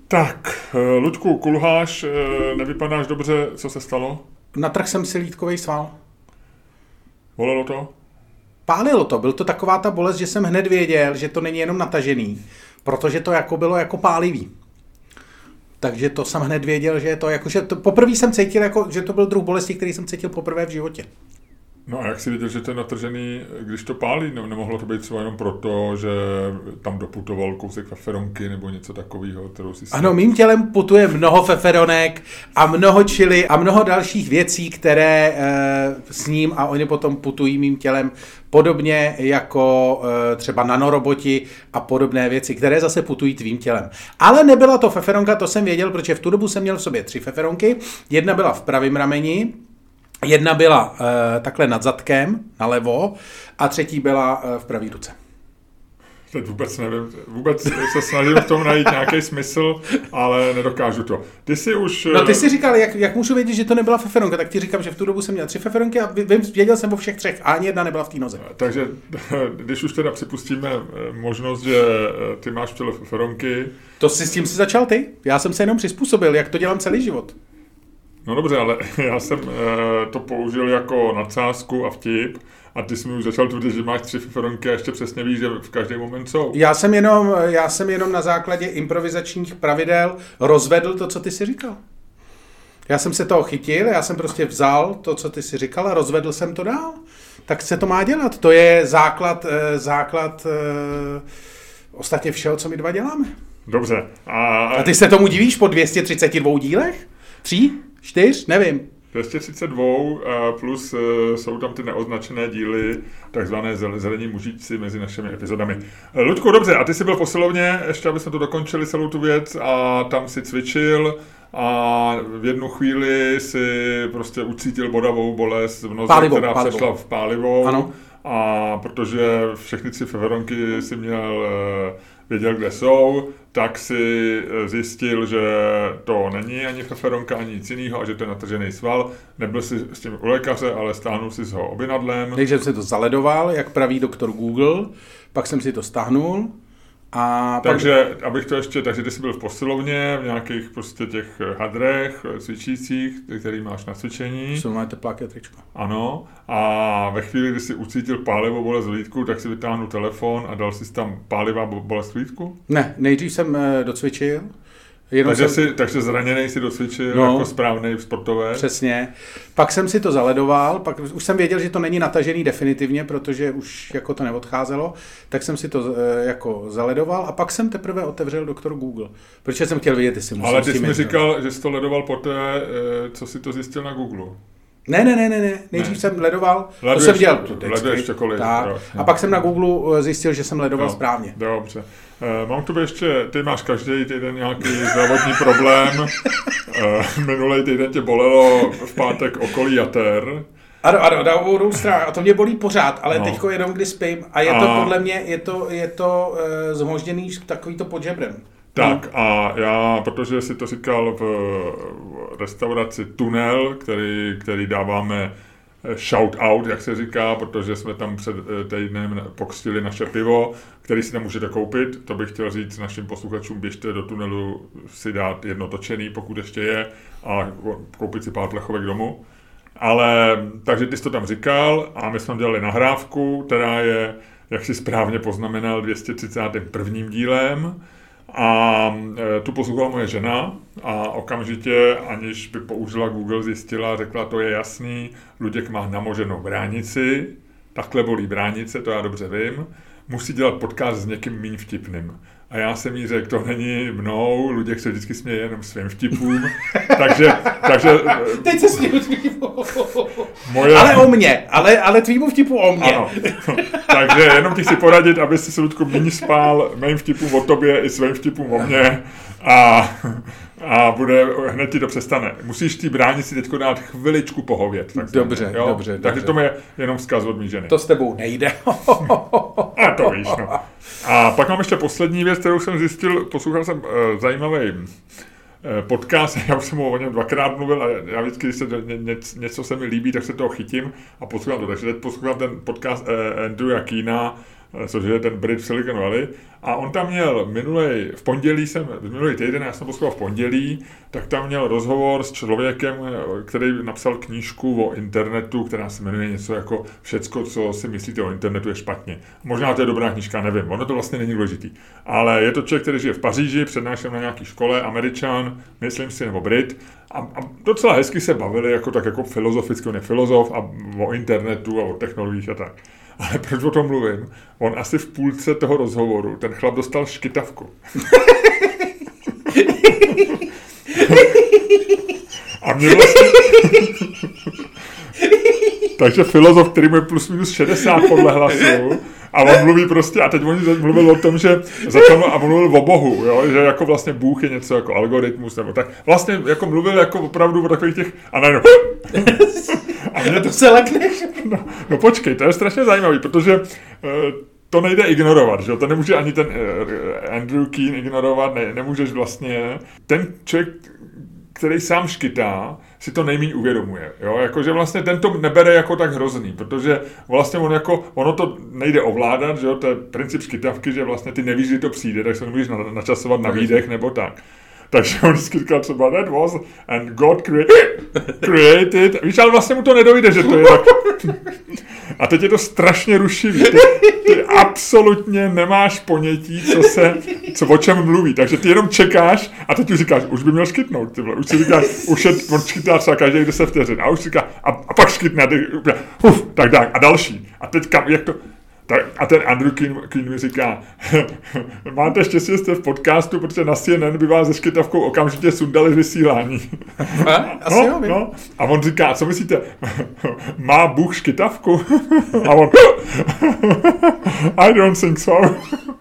Tak, Luďku, kulháš, nevypadáš dobře, co se stalo? Natrhl jsem si lítkový sval. Bolelo to? Pálilo to, byl to taková ta bolest, že jsem hned věděl, že to není jenom natažený, protože to jako bylo jako pálivý. Takže to jsem hned věděl, že je to jako, že to, poprvé jsem cítil, jako, že to byl druh bolesti, který jsem cítil poprvé v životě. No a jak jsi viděl, že to je natržený, když to pálí? Nemohlo to být třeba jenom proto, že tam doputoval kousek feferonky nebo něco takového, kterou si... Ano, mým tělem putuje mnoho feferonek a mnoho chili a mnoho dalších věcí, které s ním a oni potom putují mým tělem podobně jako třeba nanoroboti a podobné věci, které zase putují tvým tělem. Ale nebyla to feferonka, to jsem věděl, protože v tu dobu jsem měl v sobě 3 feferonky. Jedna byla v pravém rameni, jedna byla takhle nad zadkem, nalevo, a třetí byla v pravý ruce. Teď vůbec nevím, vůbec se snažím v tom najít nějaký smysl, ale nedokážu to. Ty jsi už... No ty jsi říkal, jak můžu vědět, že to nebyla feferonka, tak ti říkám, že v tu dobu jsem měl 3 feferonky a věděl jsem o všech 3 a ani jedna nebyla v té noze. Takže když už teda připustíme možnost, že ty máš v těle feferonky... To si s tím si začal ty? Já jsem se jenom přizpůsobil, jak to dělám celý život. No dobře, ale já jsem to použil jako nadsázku a vtip a ty jsi mi už začal tvrdit, že máš 3 feferonky a ještě přesně víš, že v každý moment jsou. Já jsem jenom na základě improvizačních pravidel rozvedl to, co ty jsi říkal. Já jsem se toho chytil, já jsem prostě vzal to, co ty jsi říkal a rozvedl jsem to dál. Tak se to má dělat. To je základ ostatně všeho, co my dva děláme. Dobře. A ty se tomu divíš po 232 dílech? 3? 4? Nevím. 232 plus jsou tam ty neoznačené díly, takzvané zelení mužičci mezi našimi epizodami. Luďku, dobře, a ty jsi byl v posilovně, ještě aby jsme to dokončili celou tu věc a tam si cvičil a v jednu chvíli si prostě ucítil bodavou bolest v noze, která přešla v pálivou. Ano. A protože všechny 3 feferonky si věděl, kde jsou, tak si zjistil, že to není ani feferonka, ani nic jiného a že to je natržený sval. Nebyl si s tím u lékaře, ale stáhnul si ho obinadlem. Takže jsem si to zaledoval, jak praví doktor Google, pak jsem si to stáhnul. Takže, abych to ještě, takže ty jsi byl v posilovně, v nějakých prostě těch hadrech, cvičících, který máš na cvičení. Jsou máte tepláky a tričko. Ano. A ve chvíli, kdy jsi ucítil pálivou bolest v lýtku, tak si vytáhnul telefon a dal si tam pálivá bolest v lýtku? Ne, nejdřív jsem docvičil. Takže zraněnej si docvičil jako správnej sportovec. Přesně. Pak jsem si to zaledoval, pak už jsem věděl, že to není natažený definitivně, protože už jako to neodcházelo, tak jsem si to jako zaledoval a pak jsem teprve otevřel doktor Google, protože jsem chtěl vědět, jestli musím. Ale ty jsi mi říkal, že jsi to ledoval poté, co si to zjistil na Google. Ne. Nejdřív jsem ledoval, to jsem dělal tu a pak jsem na Google zjistil, že jsem ledoval správně. Dobře. Mám tu ještě, ty máš každý týden nějaký zdravotní problém. Minulý týden tě bolelo v pátek okolí jater. Ano, a to mě bolí pořád, ale teďko jenom kdy spím a je to podle mě, je to zmožděný takovýto pod žebrem. Tak a já, protože si to říkal v restauraci Tunel, který dáváme shout out, jak se říká, protože jsme tam před týdnem pokřtili naše pivo, který si tam můžete koupit. To bych chtěl říct našim posluchačům, běžte do Tunelu si dát jedno točený, pokud ještě je, a koupit si pár plechovek domů. Ale, takže ty jsi to tam říkal a my jsme dělali nahrávku, která je, jak si správně poznamenal, 231. dílem. A tu poslouchala moje žena a okamžitě, aniž by použila Google, zjistila, řekla, to je jasný, Luděk má namoženou bránici, takhle bolí bránice, to já dobře vím, musí dělat podcast s někým méně vtipným. A já jsem jí řekl, to není mnou, Luděk se vždycky směje jenom svým vtipům, takže teď se směju tvýmu. Ale o mně, ale tvýmu vtipu o mě. Ano. Takže jenom ti chci poradit, aby si Luďku méně spál mým vtipům o tobě i svým vtipům o mně a hned ti to přestane. Musíš té bránici teďko dát chviličku pohovět. Dobře. Takže to je jenom vzkaz od mý ženy. To s tebou nejde. A to víš, no. A pak mám ještě poslední věc, kterou jsem zjistil, poslouchal jsem zajímavý podcast, já už jsem o něm 2krát mluvil a já vždycky, když se něco se mi líbí, tak se toho chytím a poslouchám to. Takže teď poslouchám ten podcast Andrewa Keena což je ten Brit v Silicon Valley. A on tam měl minulý týden, já jsem poslouchal v pondělí, tak tam měl rozhovor s člověkem, který napsal knížku o internetu, která se jmenuje něco jako Všecko, co si myslíte o internetu, je špatně. Možná to je dobrá knížka, nevím, ono to vlastně není důležitý. Ale je to člověk, který žije v Paříži, přednášel na nějaké škole, Američan, myslím si, nebo Brit. A docela hezky se bavili, jako filozoficky, on je filozof a o internetu a o technologiích a tak. Ale proč o tom mluvím? On asi v půlce toho rozhovoru, ten chlap dostal škytavku. A mě vlastně... Takže filozof, který je plus minus 60 podle hlasu, a on mluví prostě, a teď on mluvil o tom, že začal, a mluvil o Bohu, jo, že jako vlastně Bůh je něco jako algoritmus, nebo tak. Vlastně jako mluvil jako opravdu o takových těch, a najednou... A mě to se lekneš? No počkej, to je strašně zajímavý, protože to nejde ignorovat, že jo? To nemůže ani ten Andrew Keen ignorovat, nemůžeš vlastně. Ten člověk, který sám škytá, si to nejméně uvědomuje, jo? Jakože vlastně ten to nebere jako tak hrozný, protože vlastně ono to nejde ovládat, že jo? To je princip škytavky, že vlastně ty nevíš, kdy to přijde, tak se nemůžeš načasovat na výdech nebo tak. Takže on vždycky říkal třeba that was and God created. Víš, ale vlastně mu to nedojde, že to je tak. A teď je to strašně rušivý. Ty absolutně nemáš ponětí, o čem mluví. Takže ty jenom čekáš a teď už říkáš, už by měl škytnout. Tyhle. Už si říkáš, on škytá třeba každých 10 vteřin. A už říká, a pak škytne. Tak a další. A teď jak to... Tak, a ten Andrew Keen mi říká, máte štěstí, že jste v podcastu, protože na CNN by vás se škytavkou okamžitě sundali z vysílání. No. A on říká, co myslíte, má Bůh škytavku? A on, I don't think so.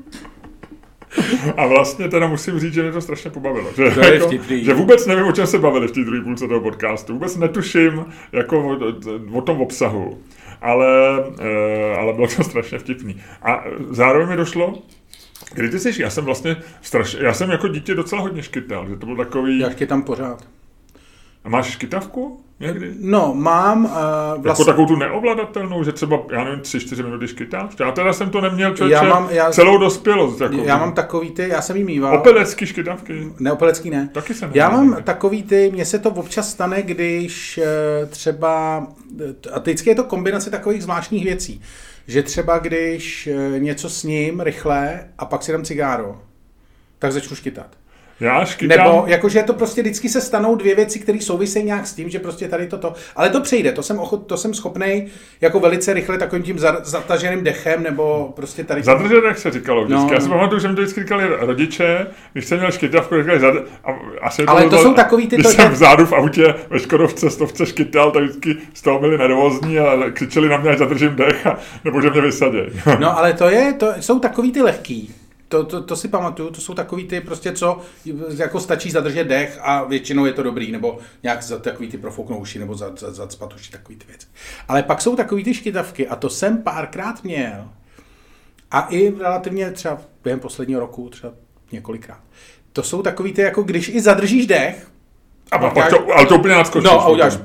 A vlastně teda musím říct, že mě to strašně pobavilo. Že vůbec nevím, o čem se bavili v té druhé půlce toho podcastu. Vůbec netuším jako o tom obsahu. Ale bylo to strašně vtipný. A zároveň mi došlo, kdy ty jsi, já jsem jako dítě docela hodně škytal, že to byl takový... Já škytám pořád. A máš škytavku někdy? No, mám vlastně... Jako takovou tu neovladatelnou, že třeba, já nevím, 3-4 minuty škytáš? Já teda jsem to neměl, celou dospělost. Jako já mám takový ty, já jsem jí mýval. Opelecký škytavky? Ne, opelecký ne. Taky jsem já mám takový ty, mně se to občas stane, když třeba, a vždycky je to kombinace takových zvláštních věcí, že třeba když něco sním rychle a pak si dám cigáro, tak začnu škytat. Já škytám. Nebo jakože to prostě vždycky se stanou dvě věci, které souvisejí nějak s tím, že prostě tady toto. Ale to přejde, to jsem schopnej jako velice rychle takovým tím zataženým dechem, nebo prostě tady... Zadržet dech se říkalo vždycky. No. Já si pamatuju, že mi to vždycky říkali rodiče, když jsem měl škytavku, říkali ale to jsou takový ty... Když jsem vzadu v autě ve Škodovce stovce škytal, tak vždycky z toho byli nervózní a křičeli na mě, až zadržím dech, nebo že mě vysadí. No ale to jsou takový ty lehký. To si pamatuju, to jsou takový ty prostě, co jako stačí zadržet dech a většinou je to dobrý, nebo nějak za takový ty profouknou uši, nebo zacpat uši, takový ty věci. Ale pak jsou takový ty škytavky a to jsem párkrát měl a i relativně třeba během posledního roku, třeba několikrát. To jsou takový ty, jako když i zadržíš dech a pak ale to úplně nadskočíš. No a uděláš...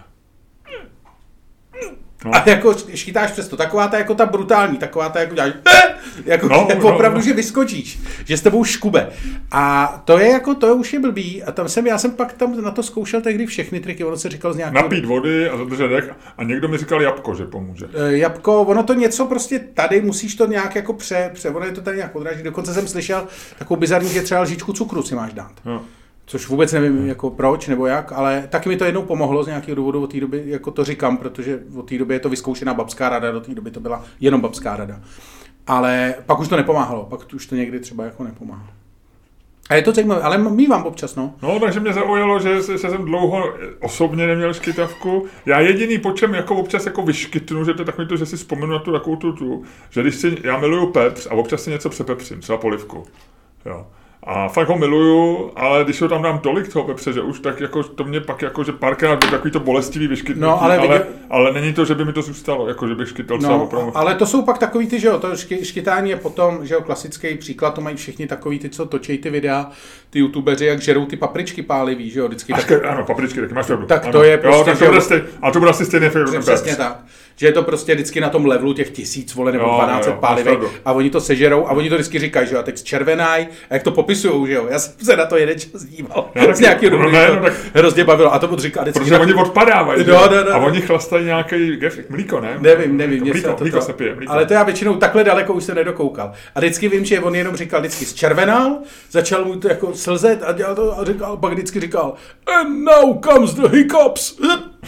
No. A jako škytáš přesto, taková ta jako ta brutální, taková ta jako děláš, opravdu, že vyskočíš, že s tebou škube. A to je jako, to už je blbý a já jsem pak tam na to zkoušel tehdy všechny triky, ono se říkal z nějakého... Napít vody a zadržet dech a někdo mi říkal jabko, že pomůže. Jabko, ono to něco prostě tady, musíš to nějak jako ono je to tady nějak odráží, dokonce jsem slyšel takovou bizarní, že třeba lžičku cukru si máš dát. No. Což vůbec nevím, jako proč nebo jak, ale taky mi to jednou pomohlo z nějakého důvodu od té doby, jako to říkám, protože od té doby je to vyzkoušená babská rada, do té doby to byla jenom babská rada. Ale pak už to nepomáhalo, pak už to někdy třeba jako nepomáhalo. A je to zajímavé, ale mívám občas, no. No, takže mě zaujalo, že jsem dlouho osobně neměl škytavku. Já jediný, po čem jako občas jako vyškytnu, že to je takový to, že si vzpomenu na tu takovou že když já miluju pepř a občas si něco přepepřím, třeba polivku, jo. A fakt ho miluju, ale když ho tam dám tolik toho pepře, že už tak jako to mě pak jako, že párkrát byl takový to bolestivý vyškytnutí, No, ale není to, že by mi to zůstalo, jako že bych škytal třeba opravdu. Ale to jsou pak takový ty, že jo, to škytání je potom, že jo, klasický příklad, to mají všichni takový ty, co točí ty videa, ty youtubeři, jak žerou ty papričky pálivý, že jo, vždycky Ano, papričky, taky máš pravdu. Tak ano. to je prostě, a to bude asi stejný efekt. Přesně tak. Že je to prostě vždycky na tom levelu těch 1000 vole nebo 1200 pálivek a oni to sežerou a oni to vždycky říkají, že jo, a teď červenaj a jak to popisujou, že jo. Já jsem se na to jeden čas díval. Z nějakého důvodu hrozně bavilo a to budu říkat vždycky. Protože oni odpadávají, a oni chlastají nějaký mlíko, ne? Nevím, mlíko se pije. Ale to já většinou takhle daleko už se nedokoukal. A vždycky vím, že on jenom říkal vždycky zčervenal, začal mu to jako slzet a dělal to a říkal, pak vždycky říkal and now comes the hiccups.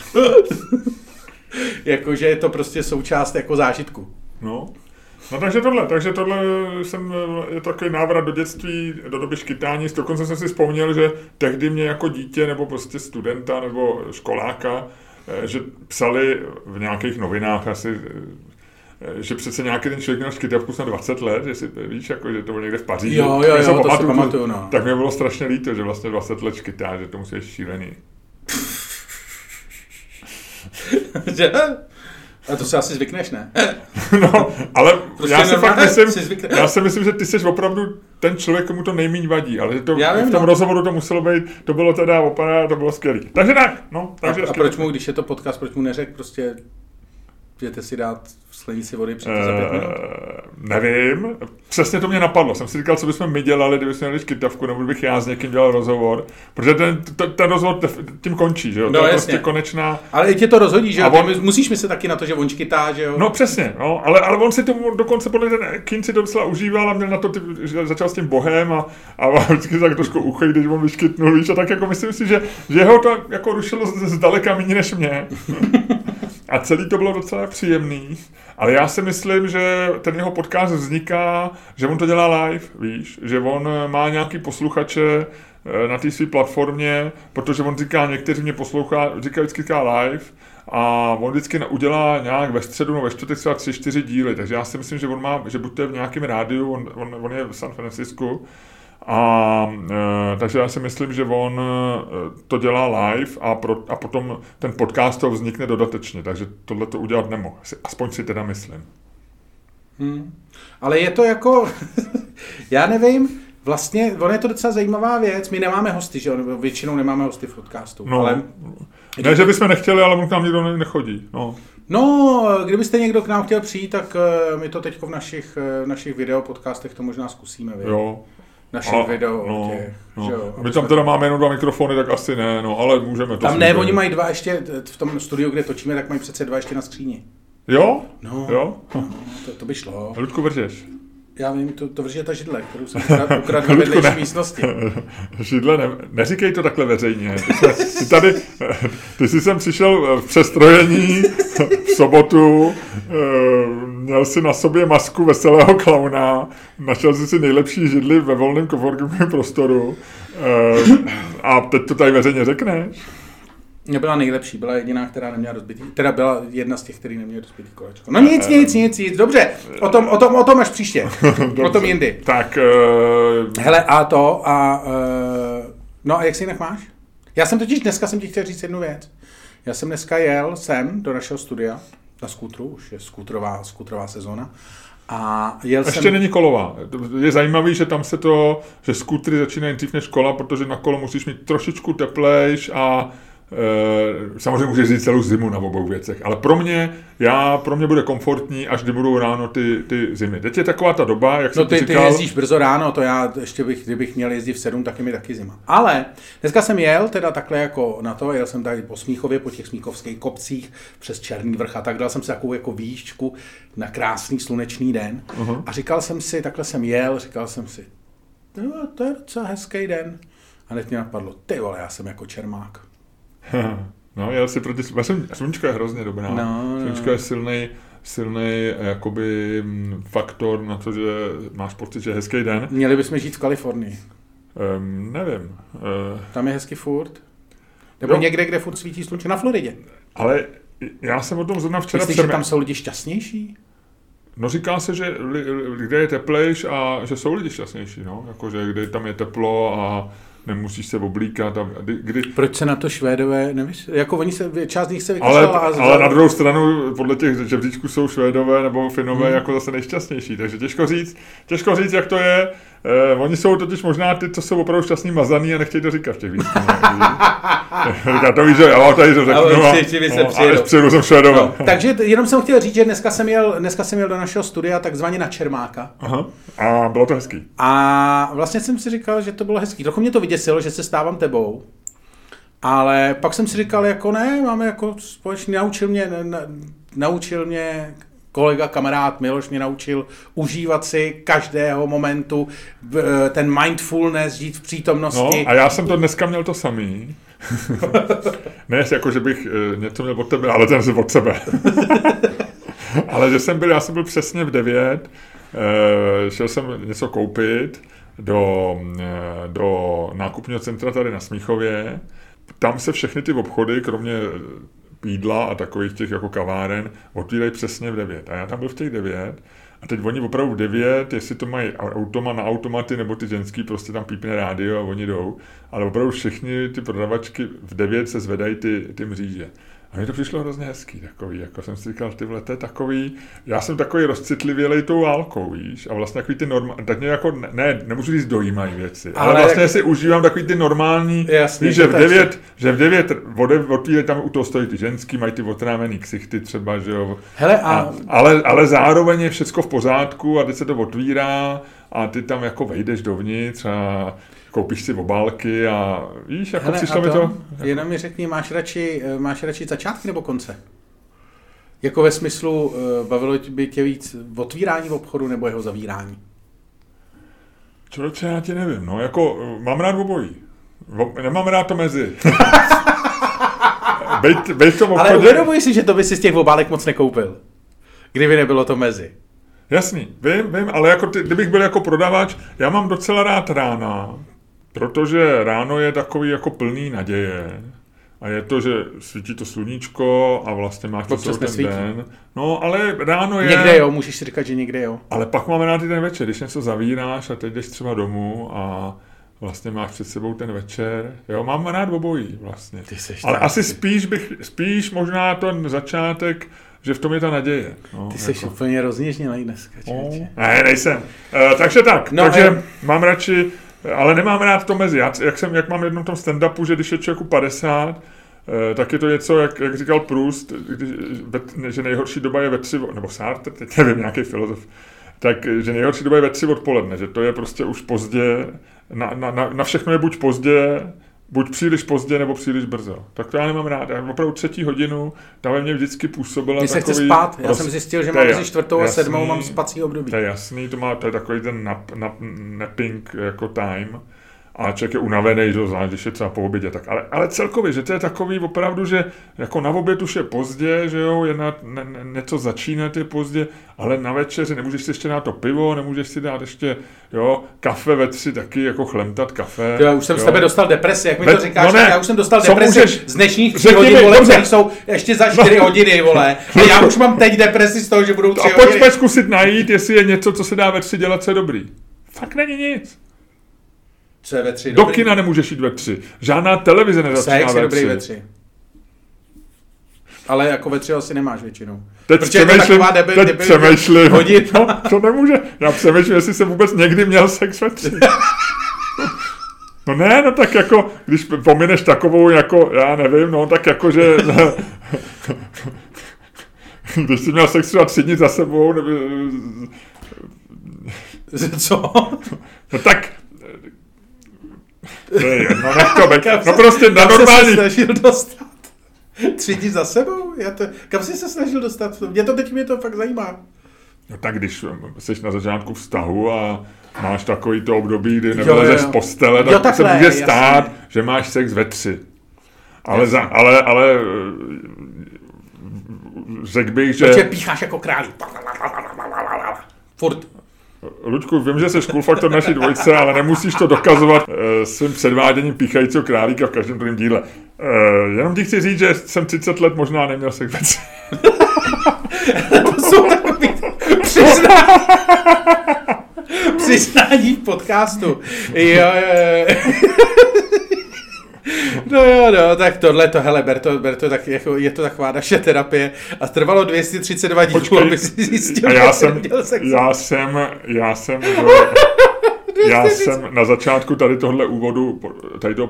Jakože je to prostě součást jako zážitku. No takže tohle je takový návrat do dětství, do doby škytání. Dokonce jsem si vzpomněl, že tehdy mě jako dítě nebo prostě studenta nebo školáka, že psali v nějakých novinách asi, že přece nějaký ten člověk měl škytavku na 20 let, že si víš, jako, že to bylo někde v Paříži. Jo, to si pamatuju, no. Tak mě bylo strašně líto, že vlastně 20 let škytá, že to musí být šílený. A to se asi zvykneš, ne? No, ale prostě já si myslím, že ty jsi opravdu ten člověk, komu to nejméně vadí, ale že to v tom rozhovoru to muselo být, to bylo teda opravdu, to bylo skvělý. Takže tak, no. Takže a proč mu, když je to podcast, proč mu neřekl prostě, můžete si dát sklenici vody před za 5 minut? Nevím, přesně to mě napadlo. Jsem si říkal, co bychom my dělali, kdybychom měli škytavku, nebo bych já s někým dělal rozhovor, protože ten rozhovor tím končí, že jo? No, to je jasně. prostě konečná. Ale i tě to rozhodí, že jo? Musíš myslet taky na to, že on škytá, že jo? No přesně, no, ale on si tomu dokonce podle ten Kin si to docela užíval a měl na to, že začal s tím bohem a vždycky tak trošku uchej, když on vyškytnul, víš, a tak jako myslím si, že jeho to jako rušilo zdaleka méně než mě. A celý to bylo docela příjemný, ale já si myslím, že ten jeho podcast vzniká, že on to dělá live, víš, že on má nějaký posluchače na té své platformě, protože on říká, někteří mě vždycky live a on vždycky udělá nějak ve středu nebo ve čtvrtek třeba 3-4 díly, takže já si myslím, že on má, že buď to je v nějakém rádiu, on je v San Francisku, takže já si myslím, že on to dělá live a potom ten podcast to vznikne dodatečně, takže tohle to udělat nemohl. Aspoň si teda myslím. Ale je to jako, já nevím, vlastně, ono je to docela zajímavá věc, my nemáme hosty, že jo, většinou nemáme hosty v podcastu. No, ale... Ne, že bychom nechtěli, ale on k nám nikdo nechodí. No, kdybyste někdo k nám chtěl přijít, tak my to teď v našich videopodcastech to možná zkusíme, víc. Jo. Našich video. My tam teda máme jenom 2 mikrofony, tak asi ne, ale můžeme to. Tam ne, oni mají 2 ještě, v tom studiu, kde točíme, tak mají přece 2 ještě na skříni. Jo? No, jo? To by šlo. Ludku, vržeš. Já vím, to vrží ta židle, kterou jsem ukradl ve vedlejší místnosti. Židle, neříkej to takhle veřejně. Ty jsi sem přišel v přestrojení v sobotu, měl si na sobě masku veselého klauna, našel jsi si nejlepší židli ve volném coworkingovém prostoru a teď to tady veřejně řekneš? Nebyla nejlepší, byla jediná, která neměla rozbitý, teda byla jedna z těch, který neměla rozbitý kolečko. No nic, dobře, o tom až příště, o tom jindy. Tak... Hele, no a jak se jinak máš? Dneska jsem ti chtěl říct jednu věc. Já jsem dneska jel sem do našeho studia na skútru, už je skútrová sezóna. A ještě není kolová. Je zajímavý, že tam že skútry začínají dřív než kola, protože na kolo musíš mít trošičku teplejš a samozřejmě můžeš říct celou zimu na obou věcech, ale pro mě bude komfortní, až kdy budou ráno ty zimy. Teď je taková ta doba, jak jsem ty říkal. Ty jezdíš brzo ráno, to já ještě kdybych měl jezdit v 7, tak je mi taky zima. Ale dneska jsem jel teda takhle jako na to, jel jsem tady po Smíchově, po těch smíchovských kopcích, přes Černý vrch a tak, dal jsem si takovou jako výšku na krásný slunečný den a říkal jsem si, to je docela hezký den. A hned mě napadlo, ty vole, já jsem jako Čermák. No, jel si proti sluníčko je hrozně dobrá. Sluníčko je silný jakoby faktor na to, že máš pocit, že je hezký den. Měli bychom žít v Kalifornii. Nevím. Tam je hezky furt. Nebo někde, kde furt svítí slunce, na Floridě. Ale já jsem o tom zrovna včera Myslíš, že tam jsou lidi šťastnější? No říká se, že kde je teplejš a že jsou lidi šťastnější, no, jakože kde tam je teplo a nemusíš se oblíkat. Proč se na to Švédové jako oni část z nich se vykašlala. Ale na druhou stranu, podle těch žebříčků jsou Švédové nebo Finové jako zase nejšťastnější, takže těžko říct, jak to je. Oni jsou totiž možná ty, co jsou opravdu šťastný mazaný a nechtějí to říkat v těch výzkumech. Říká, to víš, že já vám tady to řeknu a přijedu jsem Švédové. No, takže jenom jsem chtěl říct, že dneska jsem jel do našeho studia takzvaně na Čermáka. Aha. A bylo to hezký. A vlastně jsem si říkal, že to bylo hezký. Trochu mě to vyděsilo, že se stávám tebou. Ale pak jsem si říkal, jako ne, máme jako společný, naučil mě kolega, kamarád Miloš mě naučil užívat si každého momentu, ten mindfulness, žít v přítomnosti. No a já jsem to dneska měl to samý. Ne, jako že bych něco měl od tebe, ale ten od sebe. Ale že já jsem byl přesně v 9, šel jsem něco koupit do nákupního centra tady na Smíchově. Tam se všechny ty obchody, kromě jídla a takových těch jako kaváren, otvírají přesně v 9. A já tam byl v těch 9 a teď oni opravdu v 9, jestli to mají na automaty nebo ty ženský, prostě tam pípne rádio a oni jdou, ale opravdu všechny ty prodavačky v 9 se zvedají ty mříže. A mně to přišlo hrozně hezký, takový, jako jsem si říkal, tyhle, to je takový, já jsem takový rozcitlivělej tou válkou, víš, a vlastně takový ty normální, tak mě jako, nemůžu říct dojímají věci, ale vlastně si užívám takový ty normální, jasný, víš, že v 9 otvírají tam u toho stojí ty ženský, mají ty otrávený ksichty třeba, že jo, hele, ale zároveň je všecko v pořádku a teď se to otvírá a ty tam jako vejdeš dovnitř a koupíš si obálky a víš, jako přišlo mi to... Jako... Jenom mi řekni, máš radši začátky nebo konce? Jako ve smyslu, bavilo by tě víc otvírání v obchodu nebo jeho zavírání? Člověče, já ti nevím, no, jako mám rád obojí. Nemám rád to mezi. Bejt v tom obchodě... Ale uvědomuji si, že to by si z těch obálek moc nekoupil, kdyby nebylo to mezi. Jasný, vím, ale jako kdybych byl jako prodavač, já mám docela rád rána, protože ráno je takový jako plný naděje a je to, že svítí to sluníčko a vlastně máš to celý ten den. No, ale ráno je... Někde jo, můžeš si říkat, že někde jo. Ale pak máme rád i ten večer, když něco zavíráš a teď jdeš třeba domů a vlastně máš před sebou ten večer. Jo, mám rád obojí vlastně. Ale asi spíš možná ten začátek, že v tom je ta naděje. No, ty jsi jako... úplně rozněžnělej dneska, člověče. Ne, nejsem. Takže tak, mám radši, ale nemám rád to mezi. Jak mám jednou tom stand-upu, že když je člověku 50, tak je to něco, jak říkal Proust, že nejhorší doba je ve 3, nebo Sartre, teď nevím, nějaký filozof, tak, že nejhorší doba je ve 3 odpoledne, že to je prostě už pozdě, na všechno je buď příliš pozdě, nebo příliš brzo. Tak to já nemám rád. Já opravdu 3. hodinu, ta ve mně vždycky působila takový... Když se chce spát, já jsem zjistil, že mám mezi 4. a 7. mám spací období. To je jasný, to je takový ten napping jako time. A člověk je unavený, že zvlášť, když je třeba po obědě. Tak, ale celkově, že to je takový opravdu, že jako na oběd už je pozdě, že jo, něco začínat je pozdě, ale na večeři nemůžeš si ještě dát to pivo, nemůžeš si dát ještě, jo, kafe ve 3 taky, jako chlemtat kafe. Já už jsem z tebe dostal depresi, jak mi to říkáš, no ne, tak já už jsem dostal depresi z dnešních 3 hodin, vole, které jsou ještě za 4 hodiny, vole. A já už mám teď depresi z toho, že budou 3 hodiny. A pojďme zkusit najít, jestli je něco, co se dá ve 3 dělat, co je dobrý. Fakt není nic. Co je ve 3 dobrý? Do kina nemůžeš jít ve 3. Žádná televize nezačíná ve 3. Dobrý ve 3. Ale jako ve 3 asi nemáš většinou. Teď přemýšlím. Hodin. No, to nemůže. Já přemýšlím, jestli jsem vůbec někdy měl sex ve 3. No ne, no tak jako, když pomineš takovou, jako, já nevím, no tak jako, že... když jsi měl sex třeba 3 dny za sebou, nebo... Co? No tak... No nech to být. No prostě na normální... Kam jsi se snažil dostat? 3 dny za sebou? Kam jsi se snažil dostat? Mě to fakt zajímá. No tak když jsi na začátku vztahu a máš takový to období, kdy nevylezeš z postele, tak takhle, se může stát, jasný, že máš sex ve 3. Ale řekl bych, že... Protože pícháš jako králík. Furt. Luďku, vím, že jsi Cool Factor naší dvojce, ale nemusíš to dokazovat svým předváděním píchajícího králíka v každém druhém díle. Jenom ti chci říct, že jsem 30 let možná neměl sex ve 3. To jsou takový Přiznání v podcastu. Jo. No, tak tohleto, hele, ber to tak, jako, je to taková naše terapie a trvalo 232 dílů, aby si zjistil, já jsem na začátku tady toho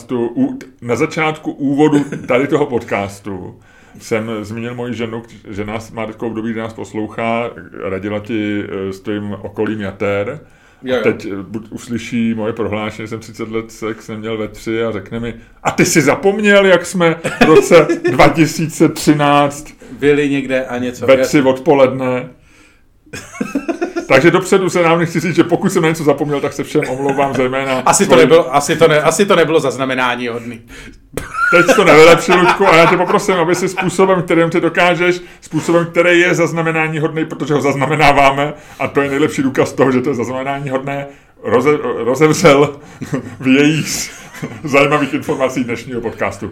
podcastu jsem zmínil moji ženu, že nás má takovou období, kdy nás poslouchá, radila ti s tvým okolím jater. A teď uslyší moje prohlášení, že jsem 30 let sex neměl ve 3 a řekne mi, a ty jsi zapomněl, jak jsme v roce 2013 byli někde a něco. Ve 3 odpoledne. Takže dopředu se nám nechci říct, že pokud jsem na něco zapomněl, tak se všem omlouvám zejména. Asi to nebylo zaznamenání hodný. Teď to nevylepší, Luďku, a já tě poprosím, aby si způsobem, kterým ty dokážeš, způsobem, který je zaznamenání hodný, protože ho zaznamenáváme, a to je nejlepší důkaz toho, že to je zaznamenání hodné, rozevřel vějíř zajímavých informací dnešního podcastu.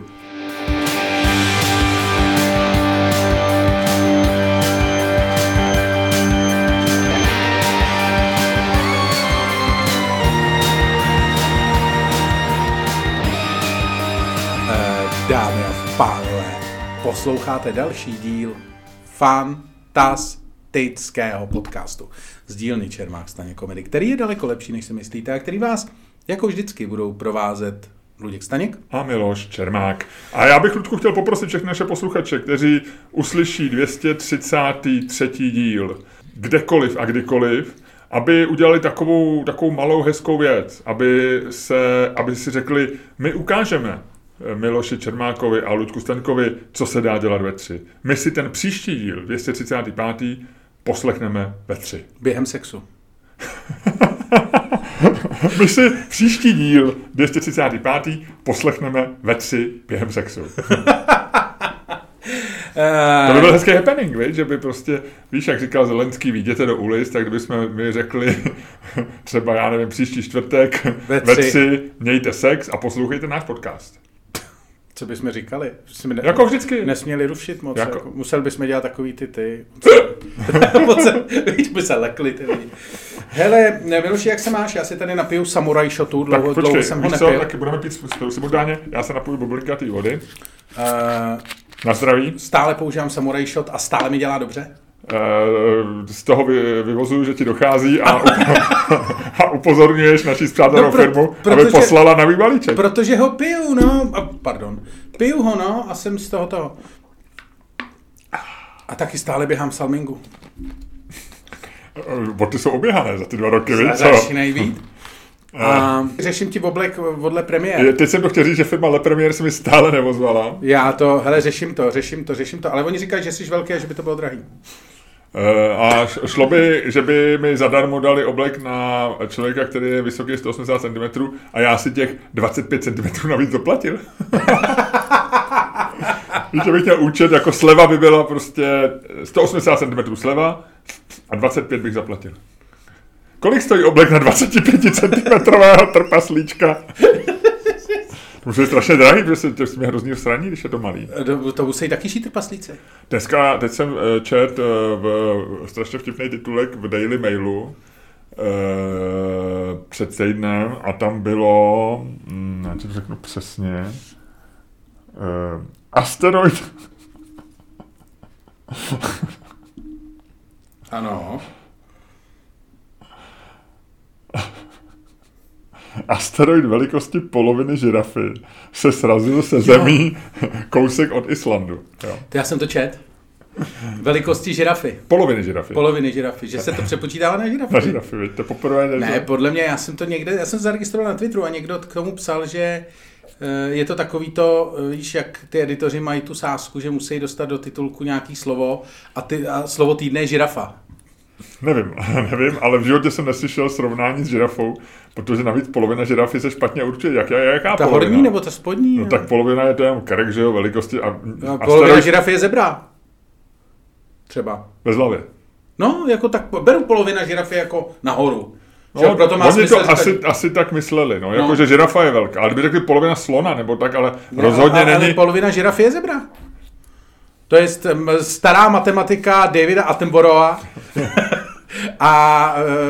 Dámy a pánové, posloucháte další díl fantastického podcastu z dílny Čermák Staněk Komedy, který je daleko lepší, než si myslíte, a který vás, jako vždycky, budou provázet Luděk Staněk a Miloš Čermák. A já bych, Ludku, chtěl poprosit všechny naše posluchače, kteří uslyší 233. díl, kdekoliv a kdykoliv, aby udělali takovou malou hezkou věc, aby si řekli, my ukážeme Miloši Čermákovi a Luďku Staňkovi, co se dá dělat ve 3. My si ten příští díl, 235. poslechneme ve 3. Během sexu. My si příští díl, 235. poslechneme ve 3 během sexu. To by byl hezký happening, víš? Že by prostě, víš, jak říkal Zelenský, vyjděte do ulic, tak kdybychom mi řekli třeba, já nevím, příští čtvrtek ve 3 mějte sex a poslouchejte náš podcast. Co bychom říkali? Jako vždycky. Nesměli rušit moc. Jako. Museli bychom dělat takový ty. Víš, by se lekli ty lidi. Hele, Miloši, jak se máš? Já si tady napiju samuraj shotu, dlouho jsem ho nepil. Taky budeme pít simultánně. Já se napiju bublikatý vody. Na zdraví. Stále používám samuraj shot a stále mi dělá dobře. Z toho vyvozuju, že ti dochází a upozorňuješ naši spřátelnou firmu, aby poslala na balíček. Protože ho piju, no. Piju ho, no, a jsem z toho. A taky stále běhám salmingu. Boty jsou oběhané za ty 2 roky, víš co? Začínají být. A řeším ti oblek odle premiér. Teď jsem to chtěl říct, že firma Le Première se mi stále nevozvala. Řeším to, ale oni říkají, že jsi velký a že by to bylo drahý. A šlo by, že by mi zadarmo dali oblek na člověka, který je vysoký 180 cm a já si těch 25 cm navíc doplatil. Víš, že bych měl účet, jako sleva by byla prostě 180 cm sleva a 25 bych zaplatil. Kolik stojí oblek na 25 cm trpaslíčka? To musí být strašně drahý, protože to mě hrozný sraní, když je to malý. To musí taky šít trpaslíci. Teď jsem čet strašně vtipný titulek v Daily Mailu před týdnem a tam bylo, já ti to řeknu přesně, asteroid. Ano. Asteroid velikosti poloviny žirafy se srazil se zemí kousek od Islandu. Jo. Já jsem to čet. Velikosti žirafy. Poloviny žirafy, že se to přepočítává na žirafy. Na žirafy, to poprvé ne, podle mě, já jsem zaregistroval na Twitteru a někdo k tomu psal, že je to takový to, víš, jak ty editoři mají tu sázku, že musí dostat do titulku nějaký slovo a slovo týdne je žirafa. Nevím, ale v životě jsem neslyšel srovnání s žirafou, protože navíc polovina žirafy se špatně určuje. Jaká ta polovina? Horní nebo ta spodní? No tak polovina je to jenom krek, že jo, velikosti. Polovina žirafy je zebra. Třeba. Bez hlavy. No, jako tak beru polovina žirafy jako nahoru. No, proto má smysl, to asi tak mysleli, no. Jako, že žirafa je velká. Ale kdyby řekli polovina slona, nebo tak, ale rozhodně není. Ale polovina žirafy je zebra. To je stará matematika Davida Attenborougha. A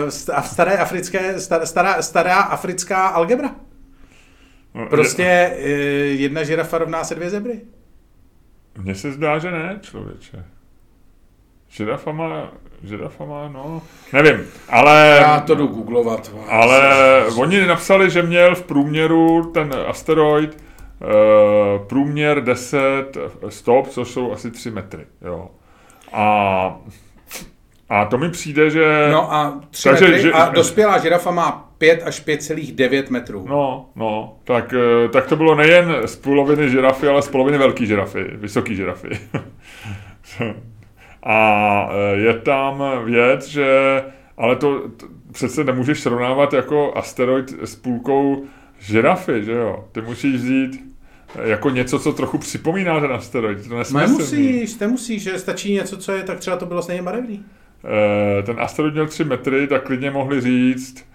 stará africká algebra. Prostě jedna žirafa rovná se 2 zebry. Mně se zdá, že ne, člověče. Žirafa má, no, nevím, ale... Já to jdu googlovat. Ale oni napsali, že měl v průměru ten asteroid průměr 10 stop, což jsou asi 3 metry, jo. A to mi přijde, že... No a 3 metry a dospělá žirafa má 5 až 5,9 metrů. No, tak to bylo nejen z poloviny žirafy, ale z poloviny velký žirafy, vysoký žirafy. A je tam věc, že... Ale to přece nemůžeš srovnávat jako asteroid s půlkou žirafy, že jo? Ty musíš vzít jako něco, co trochu připomíná ten asteroid. To nemusíš, že stačí něco, co je, tak třeba to bylo stejně barevný. Ten asteroid měl 3 metry, tak klidně mohli říct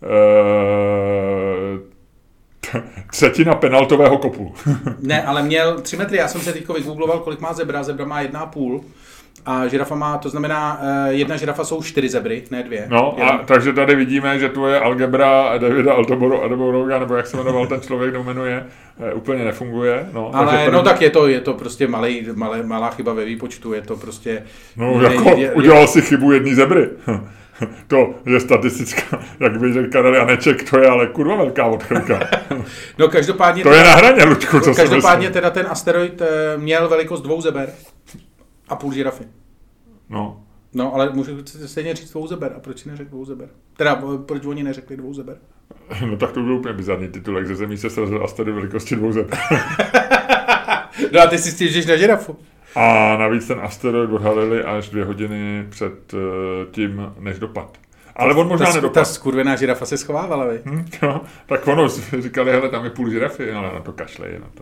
třetina penaltového kopu. Ne, ale měl 3 metry, já jsem se teďko vygoogloval, kolik má zebra. Zebra má 1,5 a žirafa má, to znamená, jedna žirafa jsou 4 zebry, ne 2. No, a takže tady vidíme, že tvoje algebra Davida Altoborouga, nebo jak se jmenoval ten člověk, kdo jmenuje, úplně nefunguje. No, ale tak je to prostě malá chyba ve výpočtu, je to prostě... No, udělal si chybu jedné zebry. To je statistická, jak by řekl Karel Janeček, to je ale kurva velká odchylka. No každopádně... To je na hraně, Luďku, co každopádně teda ten asteroid měl velikost 2 zeber a půl žirafy. No, ale můžu stejně říct 2 zeber. A proč neřekl 2 zeber? Teda, proč oni neřekli 2 zeber? No tak to byl úplně bizarní titulek. Ze zemí se srazil asteroid velikosti 2 zeber. No a ty si stěžíš na žirafu. A navíc ten asteroid odhalili až 2 hodiny před tím, než dopad. Ale on možná nedopad. Ta skurvená žirafa se schovávala, vej. No, tak ono říkali, hele, tam je půl žirafy, ale na to kašlej, na to.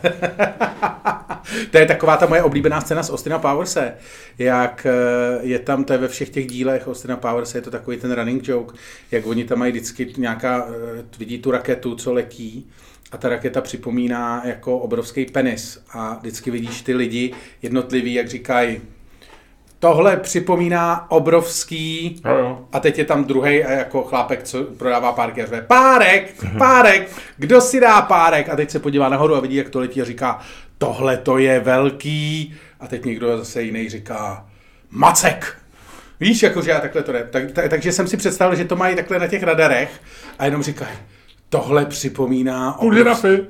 To je taková ta moje oblíbená scéna z Austina Powerse, jak je tam, to je ve všech těch dílech Austina Powerse, je to takový ten running joke, jak oni tam mají vždycky vidí tu raketu, co letí, a ta raketa připomíná jako obrovský penis a vždycky vidíš ty lidi jednotlivý, jak říkají, tohle připomíná obrovský, a teď je tam druhej jako chlápek, co prodává párky a řve, párek, kdo si dá párek? A teď se podívá nahoru a vidí, jak to letí a říká, tohle to je velký. A teď někdo zase jiný říká, Macek. Víš, jakože já takhle to jde. Takže jsem si představil, že to mají takhle na těch radarech a jenom říkají, tohle připomíná půl žirafy.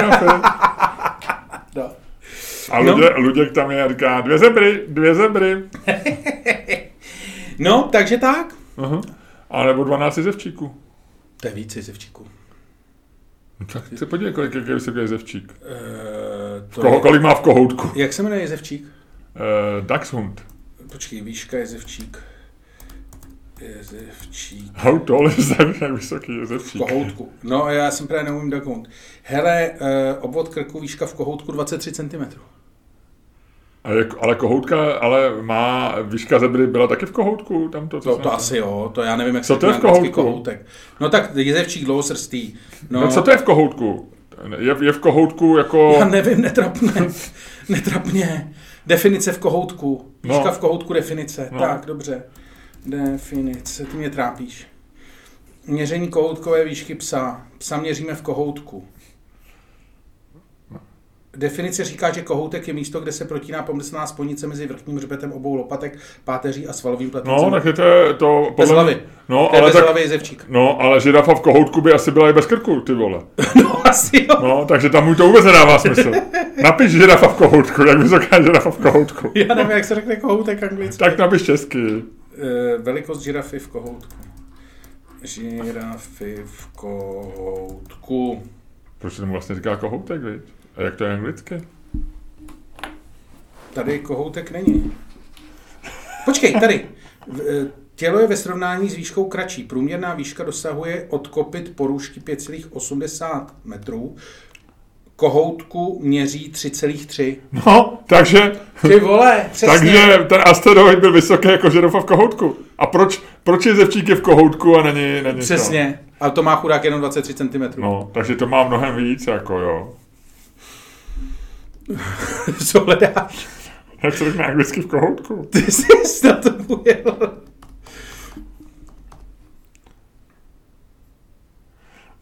No. A Luděk tam je a říká, 2 zebry. No, takže tak. A nebo 12 jezevčíků. To je víc jezevčíků. Tak se podívej, kolik je vysoký jezevčík. Kolik má v kohoutku? Jak se jmenuje jezevčík? Dachshund. Počkej, výška jezevčík. How tall is that? Jak vysoký jezevčík? V kohoutku. No, já jsem právě neumím Dachshund. Hele, obvod krku, výška v kohoutku 23 cm. Ale kohoutka, má výška zebry byla taky v kohoutku? Tam to asi jo, to já nevím, jak co to je v kohoutek. No tak jezevčík dlouhosrstý. No co to je v kohoutku? Je v kohoutku jako... Já nevím, netrapně. Definice v kohoutku. Výška v kohoutku, definice. No. Tak, dobře. Definice, ty mě trápíš. Měření kohoutkové výšky psa. Psa měříme v kohoutku. Definice říká, že kohoutek je místo, kde se protíná pomyslná spojnice mezi vrchním hřbetem obou lopatek, páteří a svalovým pletencem. No, tak je to bez hlavy. No, ale bez hlavy jezevčík. No, ale žirafa v kohoutku by asi byla i bez krku, ty vole. No, asi jo. No, takže tam mu to vůbec nedává smysl. Napiš žirafa v kohoutku, jak vysoká žirafa v kohoutku. Já nevím, jak se řekne kohoutek anglicky. Tak napiš česky. Velikost žirafy v kohoutku. Žirafy v kohoutku. Proč se tomu vlastně říká kohoutek, viď? A jak to je anglicky? Tady kohoutek není. Počkej, tady. Tělo je ve srovnání s výškou kratší. Průměrná výška dosahuje od kopyt porušky 5,80 metrů. Kohoutku měří 3,3. No, takže... Ty vole, přesně. Takže ten asteroid byl vysoký jako žirafa v kohoutku. A proč jezevčík je v kohoutku a není přesně. To? Ale to má chudák jenom 23 cm. No, takže to má mnohem víc, jako jo. Co hledáš? Jak se řekne anglicky v kohoutku? Ty jsi na to ujel.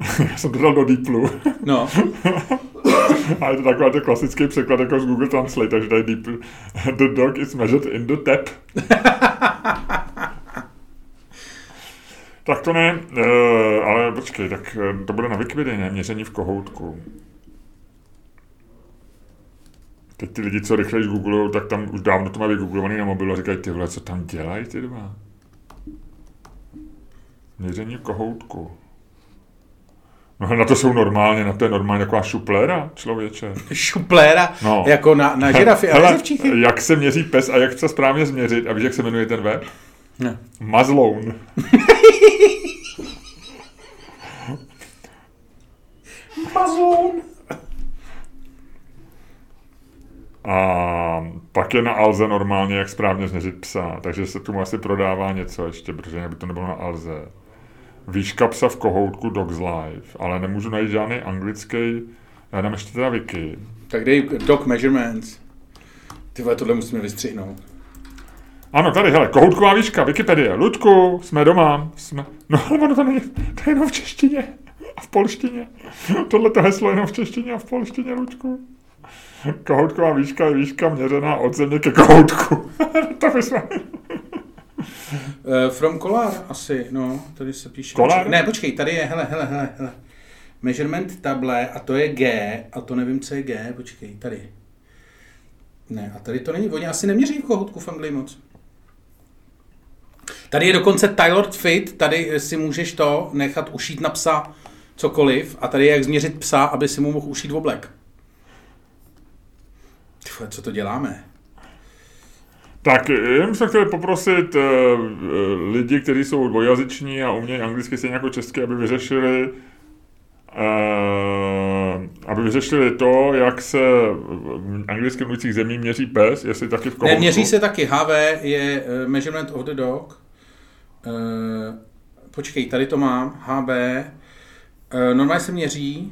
Já jsem to dal do Deeplu. No. A je to takový to klasický překlad jako z Google Translate, takže tady Deepl. The dog is measured in the tap. Tak to ne, ale počkej, tak to bude na Wikipedii, ne? Měření v kohoutku. Teď ty lidi, co rychleji googlujou, tak tam už dávno to mají vygooglovaný na mobilu a říkají, ty vole, co tam dělají ty dva? Měření v kohoutku. No na to jsou normálně, na to je normálně taková šupléra, člověče. Šupléra? No. Jako na žirafy a rezavčíky? Jak se měří pes a jak chce správně změřit? A víš, jak se jmenuje ten web? Ne. Mazloun. Mazloun. A pak je na Alze normálně, jak správně změřit psa. Takže se tomu asi prodává něco ještě, protože by to nebylo na Alze. Výška psa v kohoutku Dogs Life, ale nemůžu najít žádný anglický, já dám ještě teda wiki. Tak dej dog measurements. Ty vole, tohle musíme vystřihnout. Ano, tady, hele, kohoutková výška, Wikipedie. Ludku, jsme doma. No ale ono to není, to je jenom v češtině a v polštině. Tohleto heslo je jenom v češtině a v polštině, Ludku. Kohoutková výška je výška měřená od země ke kohoutku. To bychom... From Collar asi, no, tady se píše. Collar? Ne, počkej, tady je, hele. Measurement table a to je G, a to nevím, co je G, počkej, tady. Ne, a tady to není, oni asi neměří kohoutku v Anglii moc. Tady je dokonce tailored fit, tady si můžeš to nechat ušít na psa cokoliv a tady je jak změřit psa, aby si mu mohl ušít oblek. Tyhle, co to děláme? Tak, jen jsem chtěl poprosit lidi, kteří jsou dvojjazyční a umějí anglicky stejně jako česky, aby vyřešili to, jak se v anglicky mluvících zemí měří pes, jestli taky v kohoutku. Ne, měří se taky. HV je measurement of the dog. Počkej, tady to mám. HB. Normálně se měří.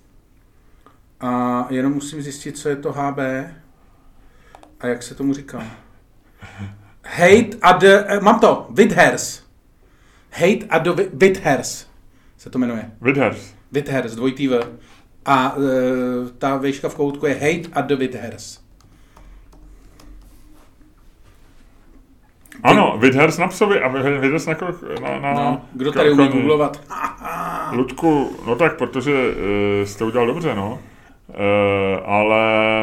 A jenom musím zjistit, co je to HB. A jak se tomu říká. Height at the... mám to. Widthers. Height at the Widthers se to jmenuje. Widthers, dvojitý V. A ta výška v kohoutku je height at the Widthers. Ano, Widthers na psovi a Widthers na no, kdo tady umí googlovat? Ludku, no tak, protože jsi to udělal dobře, no. Ale...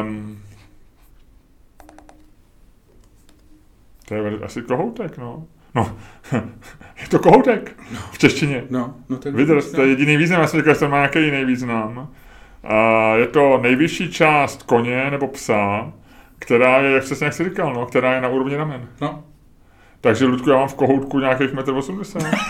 To je asi kohoutek, no. No, je to kohoutek v češtině. No Widthers, to je jediný význam, já jsem říkal, že to má nějaký jiný význam. Je to nejvyšší část koně nebo psa, která je, jak jsi říkal, no, která je na úrovni ramen. No. Takže, Ludku, já mám v kohoutku nějakých 1,80 m.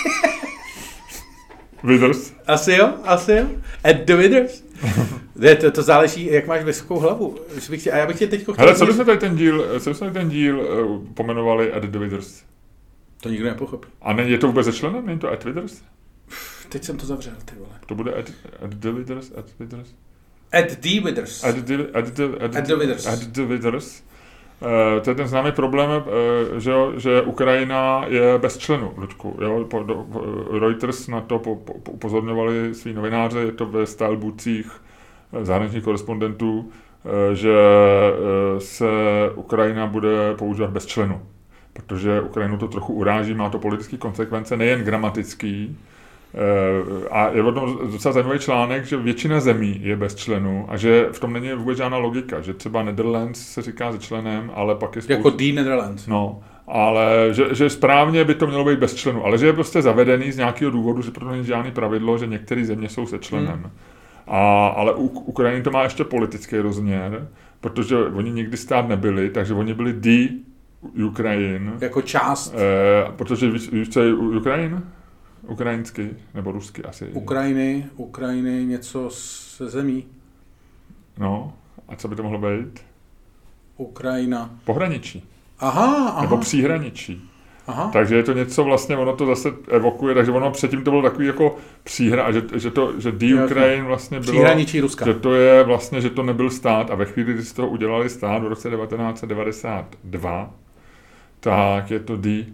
Withers. Asi jo. At the Withers. To záleží, jak máš vysokou hlavu. A já bych tě teďko chtěl... Hele, co bychom tady ten díl pomenovali At the Withers? To nikdo nepochopí. A je to vůbec začlenem? Není to At Withers? Teď jsem to zavřel, ty vole. To bude At the Withers? At the Withers. At the Withers. To je ten známý problém, že Ukrajina je bez členů, Ludku. Jo? Reuters na to upozorňovali svý novináře, je to ve stylebookcích zahraničních korespondentů, že se Ukrajina bude používat bez členů. Protože Ukrajinu to trochu uráží, má to politické konsekvence, nejen gramatický. A je o tom docela zajímavý článek, že většina zemí je bez členů a že v tom není vůbec žádná logika, že třeba Netherlands se říká se členem, ale pak je jako The Netherlands. No, ale že správně by to mělo být bez členů, ale že je prostě zavedený z nějakého důvodu, že proto není žádný pravidlo, že některé země jsou se členem. Ale u Ukrajiny to má ještě politický rozměr, protože oni nikdy stát nebyli, takže oni byli The Ukraine. Jako část. Protože víš, co je Ukrajin? Ukrajinsky, nebo rusky asi. Ukrajiny, něco se zemí. No, a co by to mohlo být? Ukrajina. Pohraničí. Aha. Nebo příhraničí. Aha. Takže je to něco vlastně, ono to zase evokuje, takže ono předtím to bylo takový jako že The Ukraine vlastně bylo... Příhraničí Ruska. Že to je vlastně, že to nebyl stát a ve chvíli, kdy z toho udělali stát v roce 1992, tak je to The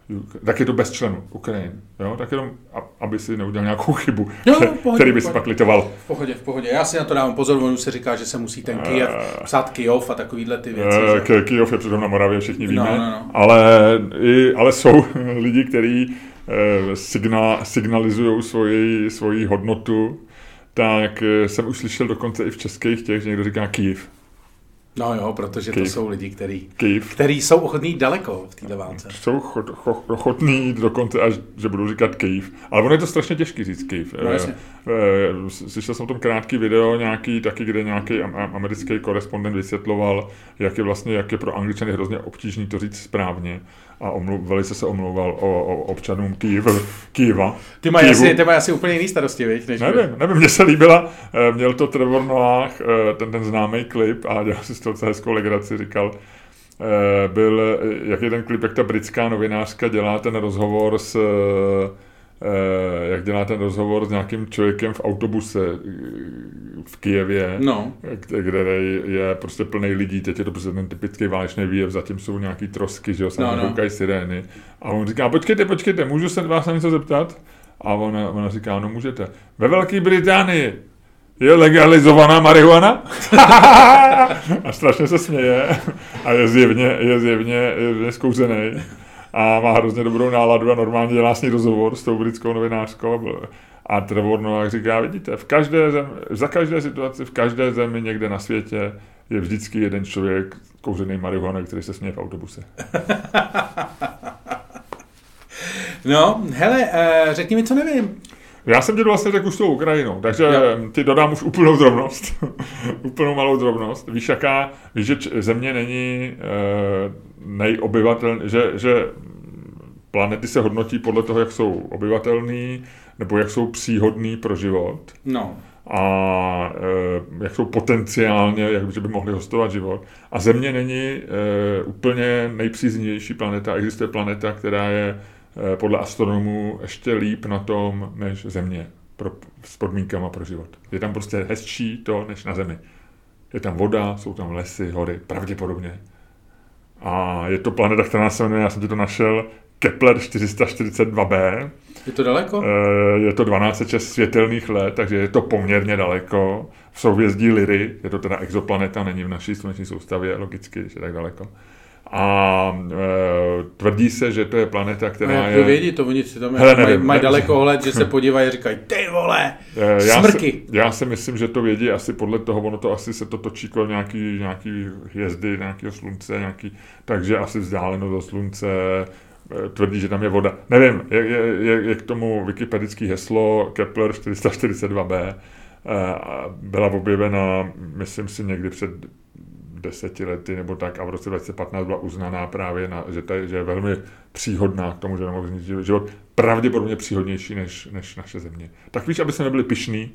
Tak je to bez členů, Ukrajin. Jo? Tak jenom, aby si neudělal nějakou chybu, pohodě, který by si pak litoval. V pohodě. Já si na to dávám pozor, on už se říká, že se musí ten Kyjev psát Kyjov a takovýhle ty věci. Kyjov je přitom na Moravě, všichni víme. No. Ale jsou lidi, kteří signalizují svoji hodnotu, tak jsem už slyšel dokonce i v českých těch, že někdo říká Kyjev. No jo, protože Kyjev. To jsou lidi, kteří jsou ochotní jít daleko v této válce. Jsou ochotní jít dokonce až, že budou říkat Kyjev. Ale ono je to strašně těžký říct Kyjev. No, slyšel jsem o tom krátký video nějaký, taky, kde nějaký americký korespondent vysvětloval, jak je pro Angličany hrozně obtížný to říct správně. A velice se omlouval o občanům Kyjeva. Ty mají asi úplně jiný starosti, viď? Nevím, mně se líbila, měl to Trevor Noah, ten známý klip a dělal si z toho hezkou legraci, říkal, jak je ten klip, jak ta britská novinářka dělá ten rozhovor s nějakým člověkem v autobuse v Kyjevě, kde je prostě plný lidí, teď je to prostě ten typický válečný výjev, zatím jsou nějaký trosky, že jo, se koukají sirény. A on říká, počkejte, můžu se vás na něco zeptat? A ona říká, no můžete. Ve Velké Británii je legalizovaná marihuana? A strašně se směje a je zjevně zkouřenej. A má hrozně dobrou náladu a normálně dělá s ní rozhovor s tou britskou novinářkou. A Trevor Noah říká, vidíte, za každé situaci, v každé zemi někde na světě je vždycky jeden člověk kouřený marihuana, který se směje v autobuse. No, hele, řekni mi, co nevím. Já jsem ti vlastně řekl už s tou Ukrajinou, takže ti dodám už úplnou drobnost. Úplnou malou drobnost. Víš, že země není nejobyvatelný, že planety se hodnotí podle toho, jak jsou obyvatelný, nebo jak jsou příhodný pro život. No. A jak jsou potenciálně, že by mohli hostovat život. A Země není úplně nejpříznivější planeta. Existuje planeta, která je podle astronomů ještě líp na tom, než Země s podmínkama pro život. Je tam prostě hezčí to, než na Zemi. Je tam voda, jsou tam lesy, hory, pravděpodobně. A je to planeta, která se jmenuje, já jsem ti to našel, Kepler 442b. Je to daleko? Je to 1206 světelných let, takže je to poměrně daleko. V souhvězdí Lyry, je to teda exoplaneta, není v naší sluneční soustavě, logicky, že tak daleko. A tvrdí se, že to je planeta, která je... vědí, to oni si tam mají dalekohled, že se podívají a říkají, ty vole, smrky. Já si myslím, že to vědí asi podle toho, ono to asi se to točí kolem nějaký hvězdy, nějakého slunce, takže asi vzdálenost do slunce, tvrdí, že tam je voda. Nevím, je k tomu wikipedické heslo Kepler 442b, byla objevena, myslím si, někdy před 10 lety nebo tak a v roce 2015 byla uznaná právě, že je velmi příhodná k tomu, že nemohl vzniknout život, pravděpodobně příhodnější než naše Země. Tak víš, aby jsme nebyli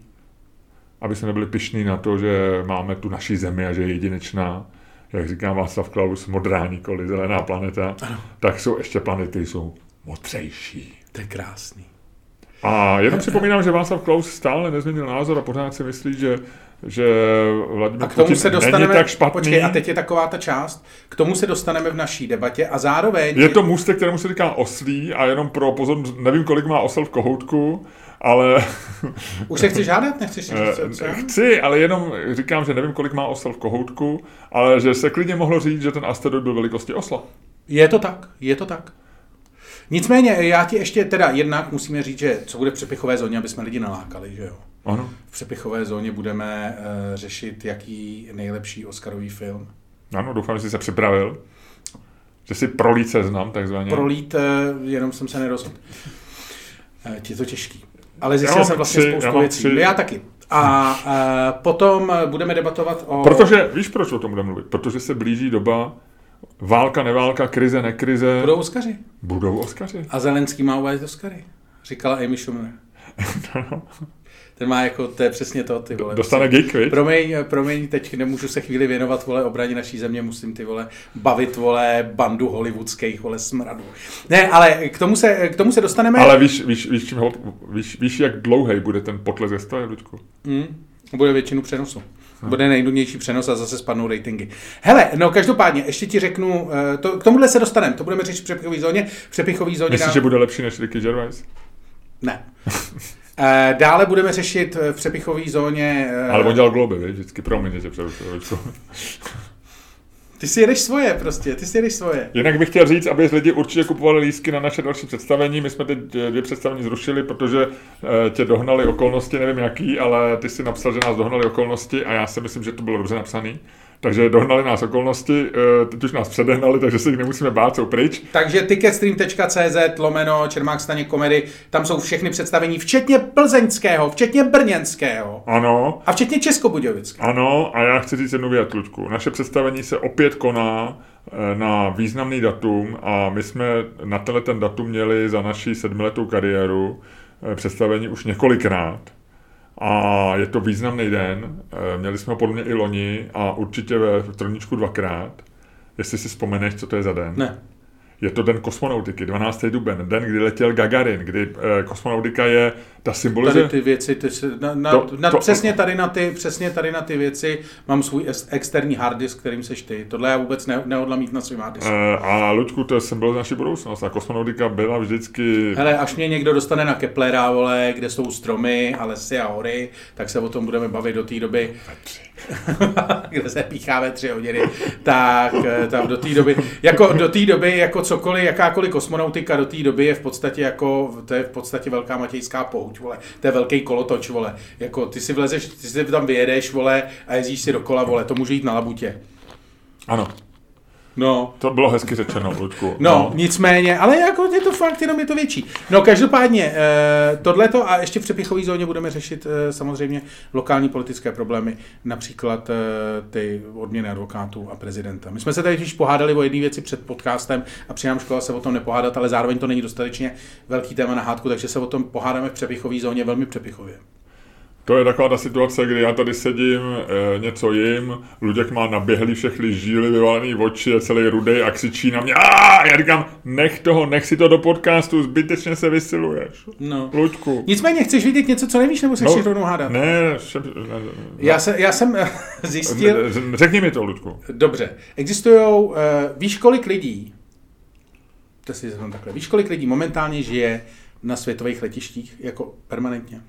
pyšní na to, že máme tu naší Zemi a že je jedinečná, jak říká Václav Klaus, modrá, nikoli zelená planeta, tak jsou ještě planety, které jsou modřejší. To je krásný. A jenom připomínám, že Václav Klaus stále nezměnil názor a pořád si myslí, že Vladimír Putin není tak špatný. Počkej, a teď je taková ta část, k tomu se dostaneme v naší debatě a zároveň... Je to můstek, kterému se říká oslí a jenom pro pozornost, nevím, kolik má osel v kohoutku, ale... Už se chceš žádat? Nechceš říct? Chci, ale jenom říkám, že nevím, kolik má osel v kohoutku, ale že se klidně mohlo říct, že ten asteroid byl velikosti osla. Je to tak. Nicméně, já ti ještě teda jednak musíme říct, že co bude v přepichové zóně, aby jsme lidi nalákali, že jo? Ano. V přepichové zóně budeme řešit, jaký nejlepší Oscarový film. Ano, doufám, že jsi se připravil. Že si prolít seznam, takzvaně. Prolít, jenom jsem se nerozhodl. Je to těžký. Ale zjistil jsem vlastně spoustu věcí. Já taky. A potom budeme debatovat o... Protože, víš, proč o tom budeme mluvit? Protože se blíží doba válka, neválka, krize, nekrize. Budou Oscaři. A Zelenský má uvádět Oscary. Říkala Amy Schumer. No. Ten má jako, to je přesně to, ty vole. Dostane gig, viď? Promiň, teď nemůžu se chvíli věnovat, vole, obraně naší země, musím, ty vole, bavit, vole, bandu hollywoodských, vole, smradů. Ne, ale k tomu se dostaneme. Ale víš, jak dlouhý bude ten potlesk ze stoje, Luďku? Bude většinu přenosu. Bude nejnudnější přenos a zase spadnou ratingy. Hele, no každopádně, ještě ti řeknu, k tomuhle se dostaneme, to budeme řešit v přepichové zóně. Myslíš, že bude lepší než Ricky Gervais? Ne. Dále budeme řešit v přepichové zóně... Ale on dělal Globy, víš, vždycky, promiň, že tě přerušuju. Ty si jedeš svoje prostě, Jinak bych chtěl říct, aby lidi určitě kupovali lístky na naše další představení. My jsme teď 2 představení zrušili, protože tě dohnali okolnosti, nevím jaký, ale ty si napsal, že nás dohnali okolnosti a já si myslím, že to bylo dobře napsaný. Takže dohnali nás okolnosti, teď už nás předehnali, takže se jich nemusíme bát, jsou pryč. Takže ticketstream.cz/Čermák Staněk komedy, tam jsou všechny představení, včetně plzeňského, včetně brněnského. Ano. A včetně českobudějovického. Ano, a já chci říct jednu věc, Luďku. Naše představení se opět koná na významný datum a my jsme na ten datum měli za naši 7letou kariéru představení už několikrát. A je to významný den, měli jsme ho podle mě i loni a určitě ve Troničku 2krát. Jestli si vzpomeneš, co to je za den? Ne. Je to den kosmonautiky, 12. duben, den, kdy letěl Gagarin, kdy kosmonautika je, ta symbolizuje... Tady ty věci, přesně tady na ty věci mám svůj externí harddisk, kterým seš ty. Tohle já vůbec nehodlám mít na svým harddisku. A Luďku, to je symbol naší budoucnost a kosmonautika byla vždycky... Hele, až mě někdo dostane na Keplera, vole, kde jsou stromy a lesy a hory, tak se o tom budeme bavit do té doby. Kde se pícháme 3 hodiny, tak tam do té doby, jako cokoliv, jakákoliv kosmonautika do té doby je v podstatě jako, to je v podstatě velká matějská pouť, vole, to je velký kolotoč, vole, jako ty si vlezeš, ty si tam vyjedeš, vole, a jezdíš si dokola, vole, to může jít na labutě. Ano. No. To bylo hezky řečeno, Luďku. No, nicméně, ale jako je to fakt, jenom je to větší. No, každopádně, tohleto a ještě v přepichové zóně budeme řešit samozřejmě lokální politické problémy, například ty odměny advokátů a prezidenta. My jsme se tady již pohádali o jedné věci před podcastem a přijám škola se o tom nepohádat, ale zároveň to není dostatečně velký téma na hádku, takže se o tom pohádáme v přepichové zóně velmi přepichově. To je taková ta situace, kdy já tady sedím, něco jim, Luděk má naběhlý všechny žíly, vyvalený oči, je celý rudej a křičí na mě. Já říkám, nech si to do podcastu, zbytečně se vysiluješ. No. Luďku. Nicméně, chceš vidět něco, co nevíš, nebo se chceš rovnou hádat? Ne. Já jsem zjistil... Řekni mi to, Luďku. Dobře. Existujou, víš kolik lidí, to si řeknu takhle, víš kolik lidí momentálně žije na světových letištích, jako permanentně?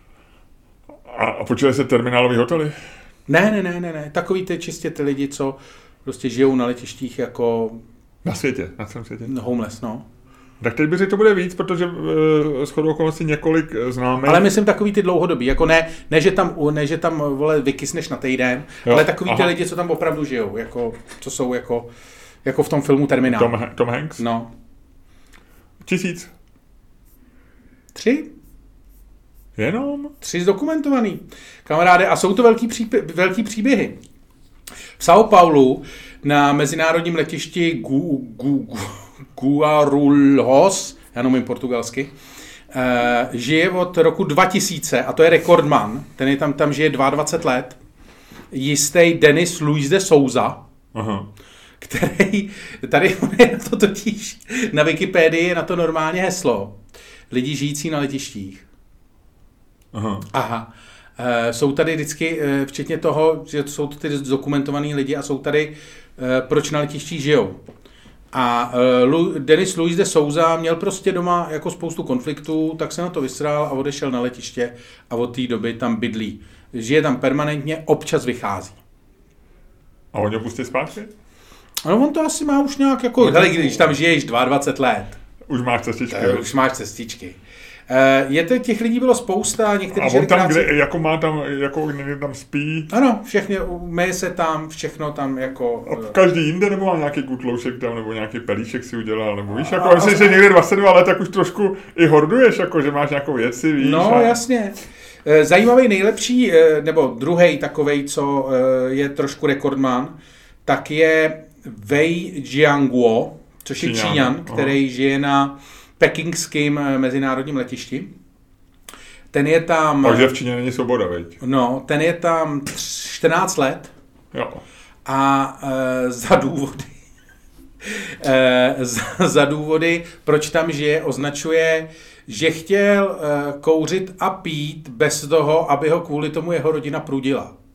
A počítají se terminálový hotely? Ne. Takový čistě ty lidi, co prostě žijou na letištích jako... Na světě, na celém světě. Homeless, no. Tak teď bych to bude víc, protože shodou okolností několik známe. Ale myslím takový ty dlouhodobí, jako ne, že tam vole, vykysneš na týden, jo, ale takový ty lidi, co tam opravdu žijou, jako, co jsou jako v tom filmu Terminál. Tom Hanks? No. 1000. 3? Jenom? 3 zdokumentovaný. Kamaráde, a jsou to velký příběhy. V São Paulu na mezinárodním letišti Guarulhos, já nemůžu portugalsky, žije od roku 2000, a to je rekordman, ten je tam žije 22 let, jistý Denis Luiz de Souza, aha, který, tady je na to totiž, na Wikipedii je na to normálně heslo, lidi žijící na letištích. Aha. Jsou tady vždycky, včetně toho, že jsou to ty dokumentovaný lidi a jsou tady, proč na letištích žijou. A Denis Luiz de Souza měl prostě doma jako spoustu konfliktů, tak se na to vysral a odešel na letiště a od té doby tam bydlí. Žije tam permanentně, občas vychází. A on ho pustí zpátky? No on to asi má už nějak jako, hele, když tam žiješ 22 let. Už máš cestičky. Už máš cestičky. Těch lidí bylo spousta, někteří a on tam, někde tam spí? Ano, všechny, myje se tam, všechno tam jako... A každý jinde, nebo má nějaký kutloušek tam, nebo nějaký pelíšek si udělal, nebo víš, jako jestli jsi někde 22 let, tak už trošku i horduješ, jako že máš nějakou věci, víš? No, jasně. Zajímavý nejlepší, nebo druhej takovej, co je trošku rekordman, tak je Wei Jianguo, což je Číňan, který žije na pekingském mezinárodním letišti. Ten je tam... Takže v Číně není svoboda, veď? No, ten je tam 14 let. Jo. A za důvody, proč tam žije, označuje, že chtěl kouřit a pít bez toho, aby ho kvůli tomu jeho rodina prudila.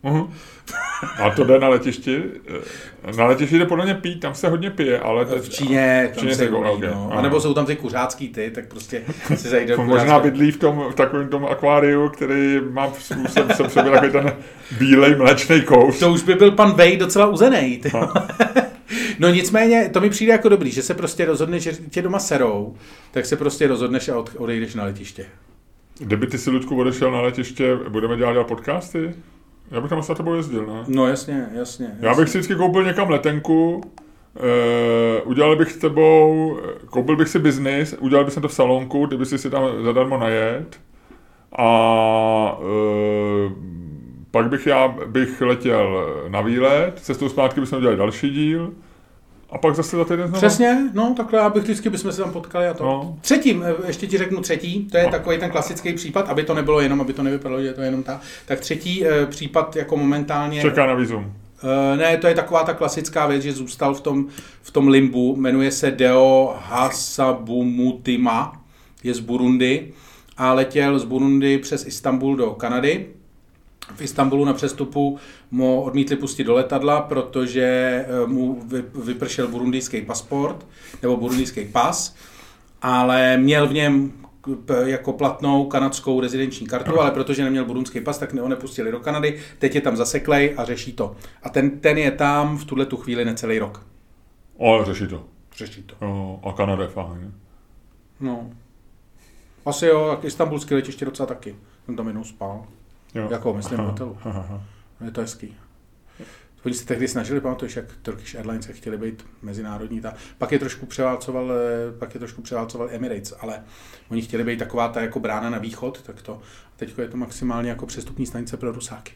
Uh-huh. A to jde na letišti? Na letišti jde podle mě pít, tam se hodně pije, ale... V Číně, tam se okay. No. A nebo jsou tam ty kuřácký tak prostě si zajde... Možná bydlí v takovém tom akváriu, který má způsob se přebyl takový ten bílej mléčnej kous. To už by byl pan Vej docela uzenej. No nicméně, to mi přijde jako dobrý, že se prostě rozhodneš, že tě doma serou, tak se prostě rozhodneš a odejdeš na letiště. Kdyby ty si, Luďku, odešel na letiště, budeme dělat podcasty? Já bych tam asi na tebou jezdil, ne? No jasně. Já bych si vždycky koupil někam letenku, udělal bych s tebou, koupil bych si biznis, udělal bych to v salonku, kdyby si tam zadarmo najet a pak bych letěl na výlet, cestou zpátky bychom udělali další díl a pak zase za týden znovu. Přesně, no takhle, abych vždycky bychom se tam potkali a to. No. Třetím, ještě ti řeknu třetí, to je takový ten klasický případ, aby to nebylo jenom, aby to nevypadalo, že je to jenom tak třetí případ jako momentálně... Čeká na vízum. Ne, to je taková ta klasická věc, že zůstal v tom limbu, jmenuje se Deo Hasabumutima, je z Burundi a letěl z Burundi přes Istanbul do Kanady. V Istanbulu na přestupu mu odmítli pustit do letadla, protože mu vypršel burundijský pasport, nebo burundijský pas, ale měl v něm jako platnou kanadskou rezidenční kartu, ale protože neměl burundský pas, tak ho nepustili do Kanady, teď je tam zaseklej a řeší to. A ten je tam v tuhletu chvíli necelý rok. Ale řeší to. A Kanada je fajn. No. Asi jo, tak istanbulský letiště docela taky. Jsem tam jednou spal. Jo. Jako myslím v hotelu. Je to hezký. Oni se tehdy snažili, pamatuješ, jak Turkish Airlines chtěli být mezinárodní. Pak je trošku převálcoval Emirates, ale oni chtěli být taková ta jako brána na východ, tak to. Teď je to maximálně jako přestupní stanice pro Rusáky.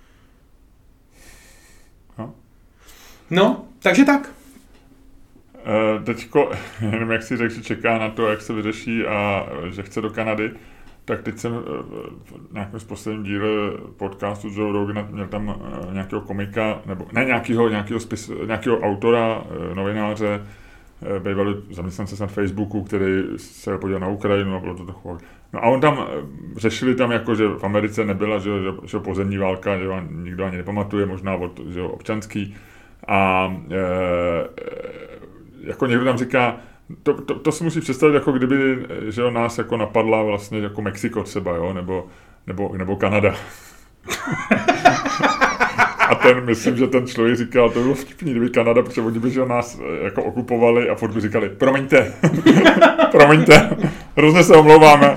No, takže tak. Teďko, jenom jak si řekl, že čeká na to, jak se vyřeší a že chce do Kanady, tak teď jsem v nějakém z posledním díle podcastu Joe Rogan měl tam nějakého komika, nebo ne nějakého autora, novináře, bývalý zaměstnance na Facebooku, který se podíval na Ukrajinu a bylo to takové. No a on tam, řešili tam jako, že v Americe nebyla, že pozemní válka, že nikdo ani nepamatuje, možná že občanský. A jako někdo tam říká, to si musí představit, jako kdyby, že nás jako napadla vlastně jako Mexiko třeba, jo, nebo Kanada. A myslím, že ten člověk říkal, to bylo vtipný, kdyby Kanada, protože oni by že nás jako okupovali a furt by říkali, promiňte, hrozně se omlouváme.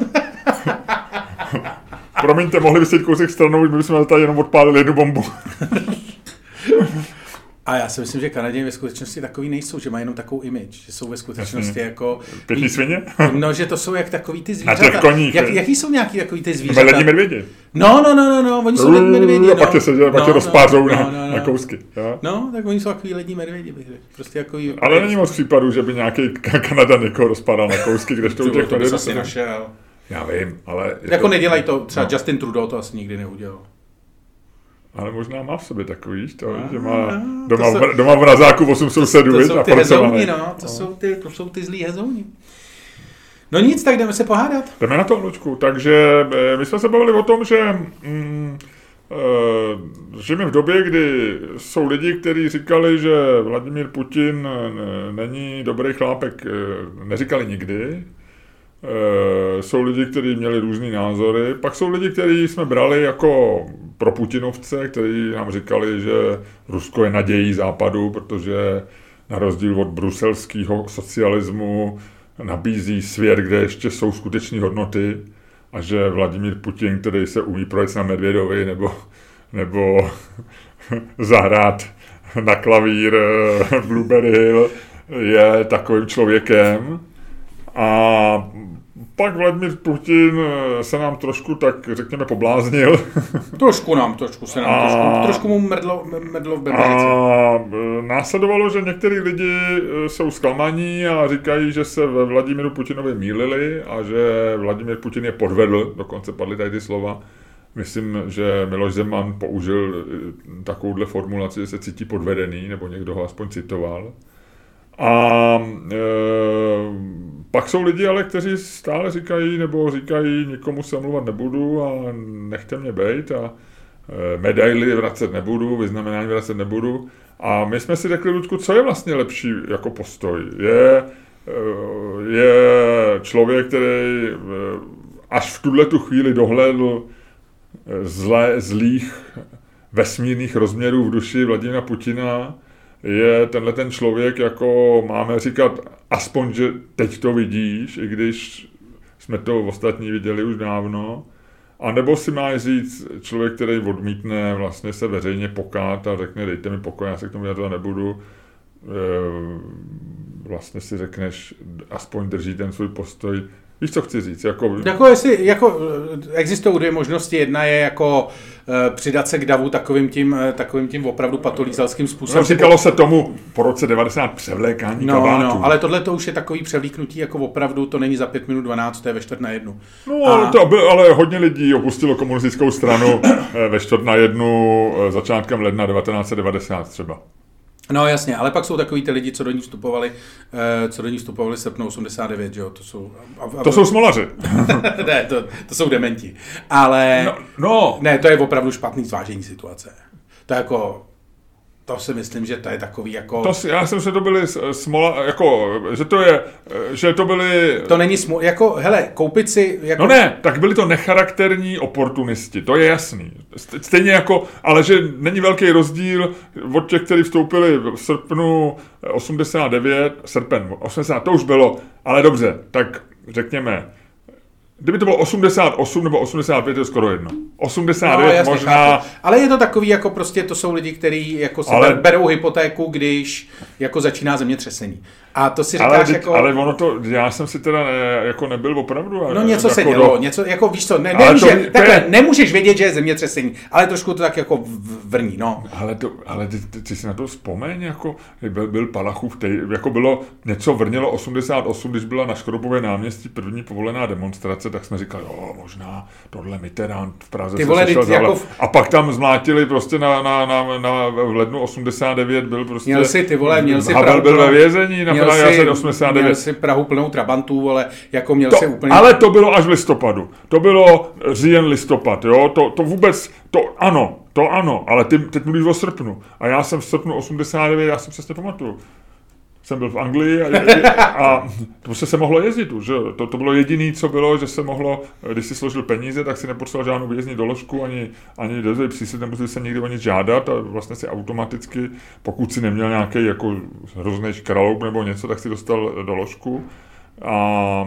Promiňte, mohli byste jít kousek stranou, my bychom tady jenom odpálili jednu bombu. A já si myslím, že Kanaděni ve skutečnosti takový nejsou, že mají jenom takovou image, že jsou ve skutečnosti jako... Pěkný svině? No, že to jsou jak takový ty zvířata. Na těch koních. Jaký jsou nějaký takový ty zvířata? Lední medvědi. No, oni jsou lední medvědi. A pak tě rozpářou na kousky. Jo? No, tak oni jsou takový lední medvědi, bych řekl. Prostě takový... Ale není moc případů, že by nějaký Kanaďan někoho rozpádal na kousky, kdežto u těch medvědů. To asi našel. Já vím, ale... Jako nedělají to, třeba Justin Trudeau to asi nikdy neudělal. Ale možná má v sobě takový, že má doma v mrazáku 8 sousedů. To jsou ty hezouni, no. To jsou ty zlý hezouni. No nic, tak jdeme se pohádat. Jdeme na to, Lučku. Takže my jsme se bavili o tom, že žijeme v době, kdy jsou lidi, kteří říkali, že Vladimír Putin není dobrý chlápek, neříkali nikdy. Jsou lidi, kteří měli různý názory. Pak jsou lidi, kteří jsme brali jako pro Putinovce, kteří nám říkali, že Rusko je nadějí západu, protože na rozdíl od bruselského socialismu nabízí svět, kde ještě jsou skutečné hodnoty a že Vladimír Putin, který se umí projet na Medvědovi nebo zahrát na klavír Blueberry Hill, je takovým člověkem. A pak Vladimír Putin se nám trošku, tak řekněme, pobláznil. Trošku mu mrdlo v bebežici. A následovalo, že některý lidi jsou zklamaní a říkají, že se ve Vladimíru Putinovi mýlili a že Vladimír Putin je podvedl, dokonce padly tady ty slova. Myslím, že Miloš Zeman použil takovouhle formulaci, že se cítí podvedený, nebo někdo ho aspoň citoval. A pak jsou lidi, ale kteří stále říkají, nikomu se omluvat nebudu a nechte mě bejt. medaily vracet nebudu, vyznamenání vracet nebudu. A my jsme si řekli, Ludku, co je vlastně lepší jako postoj? Je člověk, který až v tuhletu chvíli dohlédl zlých vesmírných rozměrů v duši Vladimira Putina, je tenhle ten člověk, jako máme říkat, aspoň, že teď to vidíš, i když jsme to ostatní viděli už dávno, a nebo si má říct člověk, který odmítne vlastně se veřejně pokát a řekne, dejte mi pokoj, já se k tomu vyjadřovat nebudu, vlastně si řekneš, aspoň drží ten svůj postoj. Víš, co chci říct? Jako existují dvě možnosti. Jedna je jako přidat se k davu takovým tím opravdu patolízalským způsobem. No, říkalo se tomu po roce 90 převlékání kabátů. No, ale tohle to už je takový převlíknutí, jako opravdu, to není za 5 minut 12, to je ve 12:45. No, ale hodně lidí opustilo komunistickou stranu ve 12:45 začátkem ledna 1990 třeba. No jasně, ale pak jsou takový ty lidi, co do ní vstupovali v srpnu 89, že jo, to jsou smolaři. Ne, to jsou dementi. Ale ne, to je opravdu špatný zvážení situace. To je jako, to si myslím, že to je takový jako... Já jsem se to byli že to byli... To není jako, hele, koupit si... Jako... No ne, tak byli to necharakterní oportunisti, to je jasný. Stejně jako, ale že není velký rozdíl od těch, kteří vstoupili v srpnu 89, srpen 80, to už bylo, ale dobře, tak řekněme, kdyby to bylo 88 nebo 85, to je skoro jedno. 89 no, jasně, možná... Chápu. Ale je to takový, jako prostě to jsou lidi, kteří jako si berou hypotéku, když jako začíná zemětřesení. A to si říkáš jako... Ale ono to, já jsem si teda jako nebyl opravdu... No něco jako se dělo, něco, jako víš co, nemůžeš vědět, že je zemětřesení, ale trošku to tak jako vrní, no. Ale ty si na to vzpomeň, jako byl Palachův, jako bylo něco vrnělo 88, když byla na Škropově náměstí první povolená demonstrace, tak jsme říkali, možná tohle Mitterrand v Praze se sešel jako a pak tam zmlátili prostě v lednu 89 byl prostě... Měl si Havel byl ve vězení na Praze 89. Měl si Prahu plnou trabantů, ale jako měl si úplně... Ale to bylo až v listopadu. To bylo říjen listopad, jo? To vůbec, to ano, ale teď mluvíš o srpnu. A já jsem v srpnu 89, já si přesně pamatuju. Jsem byl v Anglii a to se mohlo jezdit už. To bylo jediné, co bylo, že se mohlo, když si složil peníze, tak si nepotřeboval žádnou výjezdní doložku, ani dozvej příslib, nemusel se nikdy o nic žádat a vlastně si automaticky, pokud si neměl nějaký jako hrozný škralouk nebo něco, tak si dostal doložku. A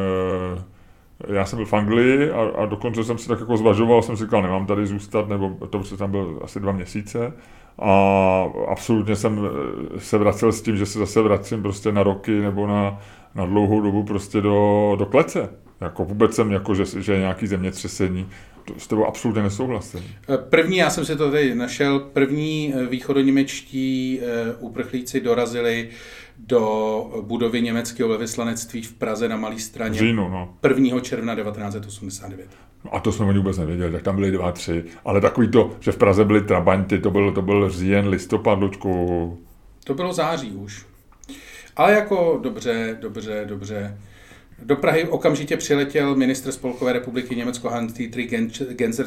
já jsem byl v Anglii a dokonce jsem si tak jako zvažoval, jsem si říkal, nemám tady zůstat, nebo to už tam byl asi 2 měsíce. A absolutně jsem se vracel s tím, že se zase vracím prostě na roky nebo na dlouhou dobu prostě do klece. Jako vůbec jsem, jako, že je nějaký zemětřesení. S tebou absolutně nesouhlasím. Já jsem si to tady našel, první východoněmečtí uprchlíci dorazili do budovy německého velvyslanectví v Praze na Malé Straně. Říjnu, no. 1. června 1989. A to jsme vůbec nevěděli, tak tam byly 2, 3. Ale takový to, že v Praze byly trabanti, to byl říjen, listopad, Lučku. To bylo září už. Ale jako dobře. Do Prahy okamžitě přiletěl ministr Spolkové republiky Německo Hans-Dietrich Genscher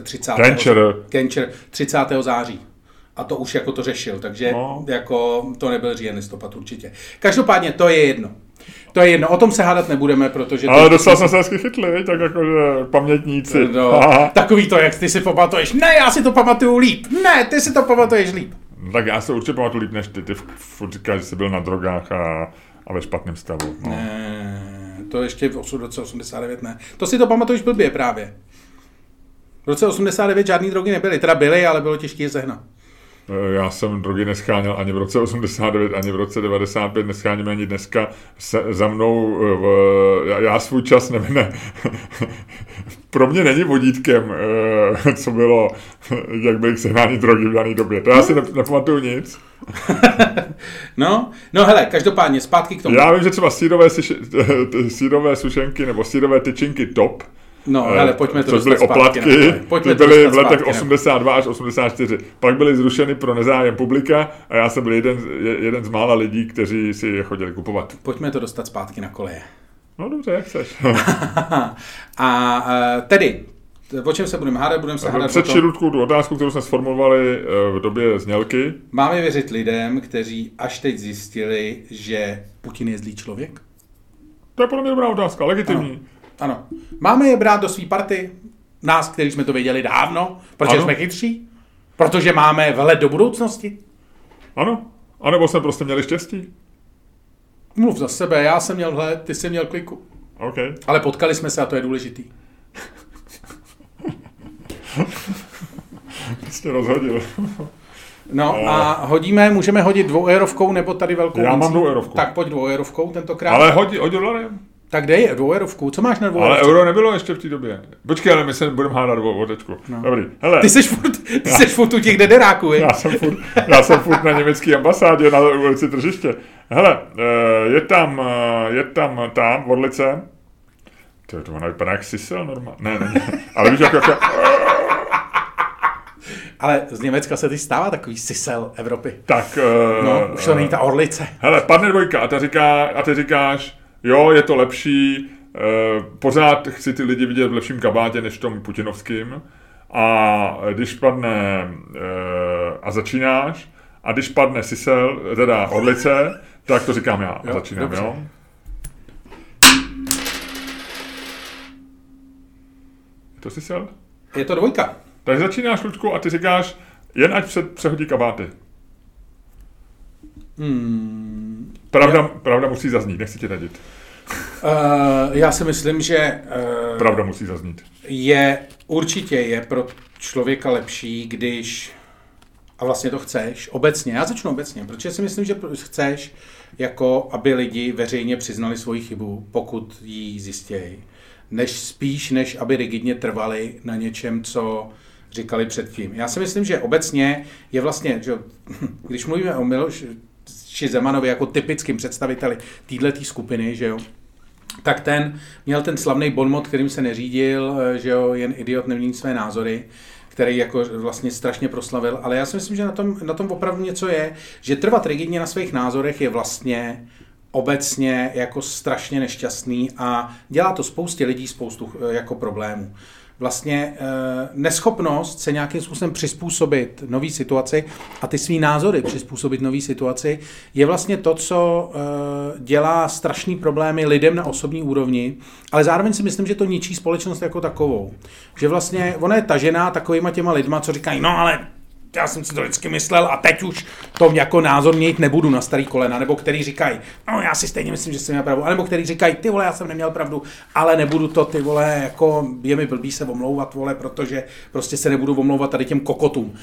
30. září. A to už jako to řešil, takže jako to nebyl říjen, listopad určitě. Každopádně to je jedno. O tom se hádat nebudeme, protože... Ale dostal jsem se hezky chytli, tak jakože pamětníci. No, takový to, jak ty si pamatuješ. Ne, já si to pamatuju líp. Ne, ty si to pamatuješ líp. No, tak já se určitě pamatuju líp než ty. Ty furt říkáš, že jsi byl na drogách a ve špatném stavu. No. Ne, to ještě v roce 89 ne. To si to pamatuješ blbě právě. V roce 89 žádný drogy nebyly. Teda byly, ale bylo těžké je sehnat. Já jsem drogy nescháněl ani v roce 89, ani v roce 95, nescháním ani dneska. Za mnou, já svůj čas nevím, pro mě není vodítkem, co bylo, jak byly sehnání drogy v dané době. To já si nepamatuju nic. No hele, každopádně zpátky k tomu. Já vím, že třeba sýrové sušenky nebo sýrové tyčinky Top, no, hele, pojďme to což byly oplatky, ty byly v letech 82 až 84. Pak byly zrušeny pro nezájem publika a já jsem byl jeden z mála lidí, kteří si je chodili kupovat. Pojďme to dostat zpátky na koleje. No dobře, jak chceš. A tedy, O čem se budeme hádat? Budeme se hádat Přečti tu otázku, kterou jsme sformulovali v době znělky. Máme věřit lidem, kteří až teď zjistili, že Putin je zlý člověk? To je podle mě dobrá otázka, legitimní. Ano. Máme je brát do své party? Nás, kteří jsme to věděli dávno? Protože jsme chytří? Protože máme vhled do budoucnosti? Ano. A nebo jsme prostě měli štěstí? Mluv za sebe, já jsem měl vhled, ty jsi měl kliku. Okay. Ale potkali jsme se a to je důležitý. Jste rozhodil. No a můžeme hodit 2eurovkou nebo tady velkou Já mincí? mám 2eurovku. Tak pojď 2eurovkou tentokrát. Ale hodí dolarem. Tak dej 2eurovku, co máš na 2 Ale euro nebylo ještě v té době. Počkej, ale my se budeme hádat o tečku. No. Dobrý. Hele. Ty jsi furt u těch dederáků, je? Já jsem furt na německé ambasádě na ulici Tržiště. Hele, je tam v Orlice. To ona vypadá jak sisel normálně. Ne. Ale víš, jak... Ale z Německa se teď stává takový sisel Evropy. Tak... už to není ta Orlice. Hele, padne dvojka a ty říkáš, jo, je to lepší, pořád chci ty lidi vidět v lepším kabátě než v tom putinovským. A když padne a začínáš, a když padne sisel, teda Orlice, tak to říkám já a začínám, dobře. Jo? Je to sisel? Je to dvojka. Tak začínáš, Luďku, a ty říkáš, jen ať přehodí kabáty. Pravda musí zaznít, nechci ti radit. Já si myslím, že... Pravda musí zaznít. Určitě je pro člověka lepší, když... A vlastně to chceš, obecně, já začnu obecně, protože si myslím, že chceš, jako aby lidi veřejně přiznali svoji chybu, pokud ji zjistějí. Než aby rigidně trvali na něčem, co říkali předtím. Já si myslím, že obecně je vlastně, že když mluvíme o Miloši Zemanovi jako typickým představiteli této skupiny, že jo, tak ten měl ten slavný bonmot, kterým se neřídil, že jo, jen idiot nemění své názory, který jako vlastně strašně proslavil, ale já si myslím, že na tom opravdu něco je, že trvat rigidně na svých názorech je vlastně obecně jako strašně nešťastný a dělá to spoustě lidí spoustu jako problémů. Vlastně neschopnost se nějakým způsobem přizpůsobit nový situaci a ty svý názory přizpůsobit nový situaci je vlastně to, co dělá strašný problémy lidem na osobní úrovni, ale zároveň si myslím, že to ničí společnost jako takovou. Že vlastně ona je tažená takovýma těma lidma, co říkají, no ale já jsem si to vždycky myslel a teď už to jako názor mějt nebudu na starý kolena, nebo který říkají, no já si stejně myslím, že jsem měl pravdu, nebo který říkají, ty vole, já jsem neměl pravdu, ale nebudu to, ty vole, jako je mi blbý se omlouvat, vole, protože prostě se nebudu omlouvat tady těm kokotům.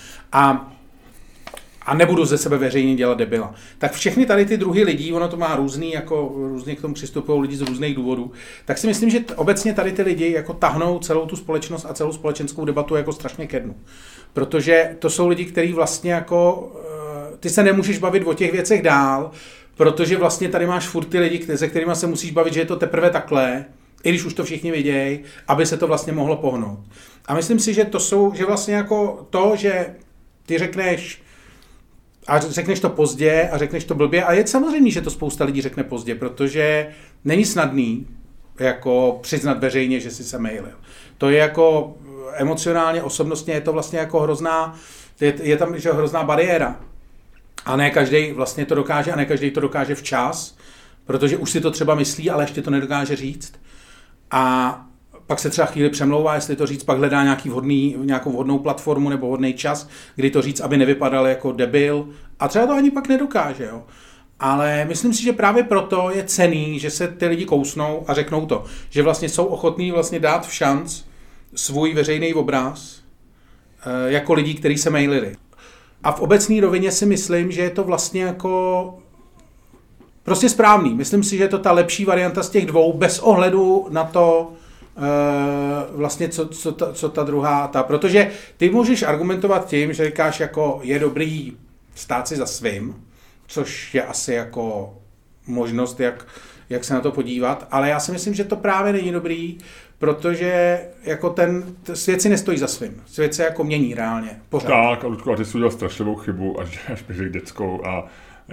A nebudu ze sebe veřejně dělat debila. Tak všechny tady ty druhy lidí, ono to má různě k tomu přistupují lidi z různých důvodů, tak si myslím, že obecně tady ty lidi jako tahnou celou tu společnost a celou společenskou debatu jako strašně ke dnu. Protože to jsou lidi, kteří vlastně jako, ty se nemůžeš bavit o těch věcech dál, protože vlastně tady máš furt ty lidi, se kterými se musíš bavit, že je to teprve takhle, i když už to všichni vidějí, aby se to vlastně mohlo pohnout. A myslím si, že vlastně jako to, že ty řekneš to pozdě a řekneš to blbě, a je samozřejmě, že to spousta lidí řekne pozdě, protože není snadný jako přiznat veřejně, že si se mýlil. To je jako emocionálně, osobnostně je to vlastně jako hrozná, je tam že hrozná bariéra. A ne každý vlastně to dokáže a ne každý to dokáže včas, protože už si to třeba myslí, ale ještě to nedokáže říct. A pak se třeba chvíli přemlouvá, jestli to říct, pak hledá nějakou vhodnou platformu nebo vhodný čas, kdy to říct, aby nevypadal jako debil. A třeba to ani pak nedokáže. Jo. Ale myslím si, že právě proto je cenný, že se ty lidi kousnou a řeknou to. Že vlastně jsou ochotní vlastně dát v šanc svůj veřejný obraz jako lidí, kteří se mejlili. A v obecné rovině si myslím, že je to vlastně jako prostě správný. Myslím si, že je to ta lepší varianta z těch dvou, bez ohledu na to, vlastně co ta druhá, protože ty můžeš argumentovat tím, že říkáš jako je dobrý stát si za svým, což je asi jako možnost, jak se na to podívat, ale já si myslím, že to právě není dobrý, protože jako svět si nestojí za svým. Svět se jako mění reálně. Pořád. Tak, a Ludku, a ty jsi udělal strašlivou chybu, až bych řekl dětskou a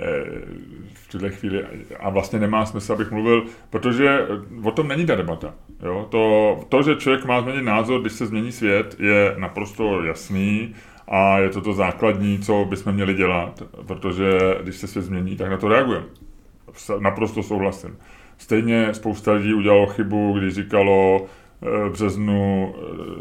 v tuhle chvíli a vlastně nemá smysl, abych mluvil, protože o tom není ta debata. Jo? To, že člověk má změnit názor, když se změní svět, je naprosto jasný a je to základní, co bychom měli dělat, protože když se svět změní, tak na to reagujeme. Naprosto souhlasím. Stejně spousta lidí udělalo chybu, když říkalo v březnu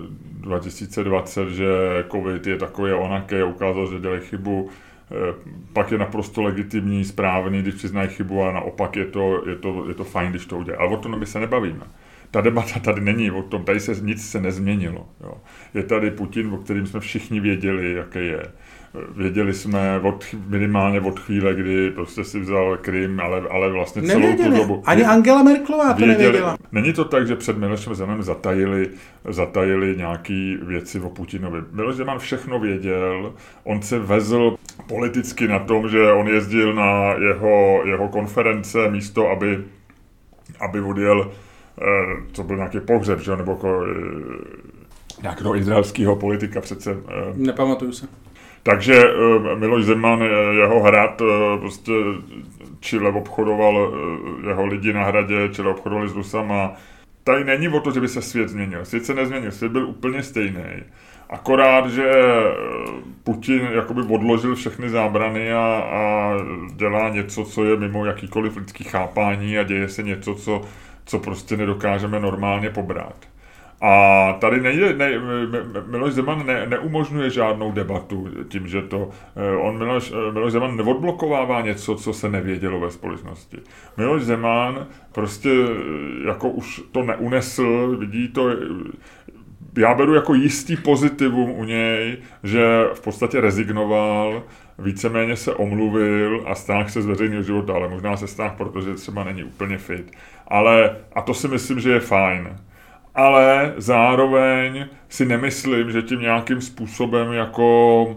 2020, že covid je takový a onaký a ukázal, že dělají chybu. Pak je naprosto legitimní, správný, když přiznají chybu a naopak je to fajn, když to udělají. Ale o tom my se nebavíme. Ta debata tady není o tom, tady nic se nezměnilo. Jo. Je tady Putin, o kterým jsme všichni věděli, jaký je. Věděli jsme minimálně od chvíle, kdy prostě si vzal Krym, ale vlastně celou tu dobu. Ani Angela Merkelová to nevěděla. Není to tak, že před Milošem Zemanem zatajili nějaký věci o Putinovi. Miloš Zeman všechno věděl, on se vezl politicky na tom, že on jezdil na jeho konference místo, aby odjel, co byl nějaký pohřeb, že? Nebo nějakého izraelského politika přece. Nepamatuju se. Takže Miloš Zeman, jeho hrad, prostě čile obchodoval jeho lidi na hradě, čile obchodovali s Rusama. Tady není o to, že by se svět změnil. Svět se nezměnil, svět byl úplně stejný. Akorát, že Putin jakoby odložil všechny zábrany a dělá něco, co je mimo jakýkoliv lidský chápání a děje se něco, co prostě nedokážeme normálně pobrat. A tady Miloš Zeman neumožňuje žádnou debatu tím, že Miloš Zeman neodblokovává něco, co se nevědělo ve společnosti. Miloš Zeman prostě jako už to neunesl, vidí to, já beru jako jistý pozitivum u něj, že v podstatě rezignoval, víceméně se omluvil a stáhl se z veřejného života, ale možná se stáhl, protože třeba není úplně fit. A to si myslím, že je fajn. Ale zároveň si nemyslím, že tím nějakým způsobem jako,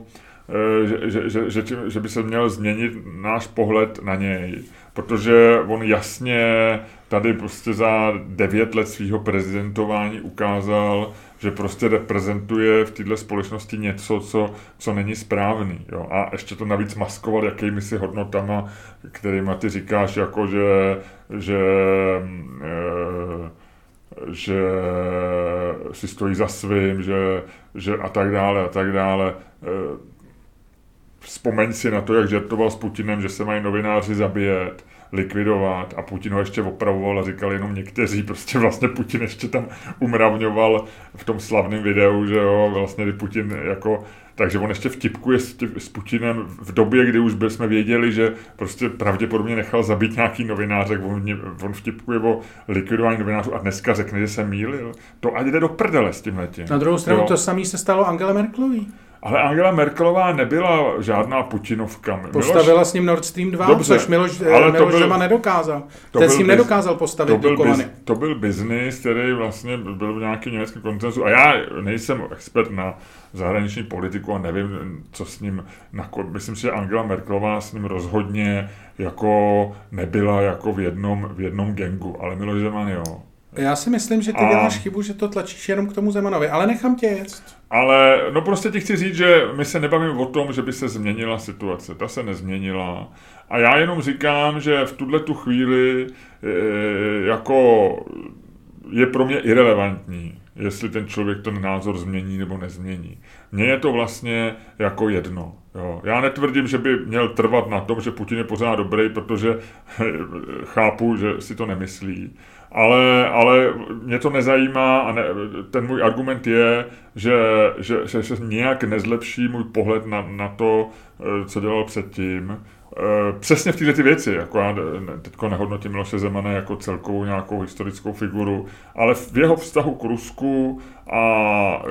že by se měl změnit náš pohled na něj. Protože on jasně tady prostě za 9 let svého prezidentování ukázal, že prostě reprezentuje v této společnosti něco, co není správný. Jo? A ještě to navíc maskoval jakými si hodnotama, kterýma ty říkáš, jako že si stojí za svým, že a tak dále. Vzpomeň si na to, jak žertoval s Putinem, že se mají novináři zabíjet, likvidovat a Putin ho ještě opravoval a říkal jenom někteří, prostě vlastně Putin ještě tam umravňoval v tom slavném videu, že jo, vlastně Putin jako, takže on ještě vtipkuje s Putinem v době, kdy už jsme věděli, že prostě pravděpodobně nechal zabít nějaký novinářek, on vtipkuje o likvidování novinářů a dneska řekne, že se mýlil. To ať jde do prdele s tímhletím. Na druhou stranu to samé se stalo Angele Merkelový. Ale Angela Merkelová nebyla žádná Putinovka. Postavila s ním Nord Stream 2, dobře, což Miloš Zeman nedokázal. Ten s ním nedokázal postavit Dukovany. To byl biznis, který vlastně byl v nějakém německém konsenzu. A já nejsem expert na zahraniční politiku a nevím, co s ním... Myslím si, že Angela Merkelová s ním rozhodně jako nebyla jako v jednom gangu, ale Miloš Zeman jo. Já si myslím, že ty děláš chybu, že to tlačíš jenom k tomu Zemanovi, ale nechám tě jet. Ale no prostě ti chci říct, že my se nebavíme o tom, že by se změnila situace. Ta se nezměnila. A já jenom říkám, že v tuto chvíli jako je pro mě irelevantní, jestli ten člověk ten názor změní nebo nezmění. Mně je to vlastně jako jedno. Jo. Já netvrdím, že by měl trvat na tom, že Putin je pořád dobrý, protože chápu, že si to nemyslí. Ale mě to nezajímá a ten můj argument je, že se nějak nezlepší můj pohled na to, co dělal předtím. Přesně v této věci, jako já teďko nehodnotím Miloše Zemana jako celkovou nějakou historickou figuru, ale v jeho vztahu k Rusku a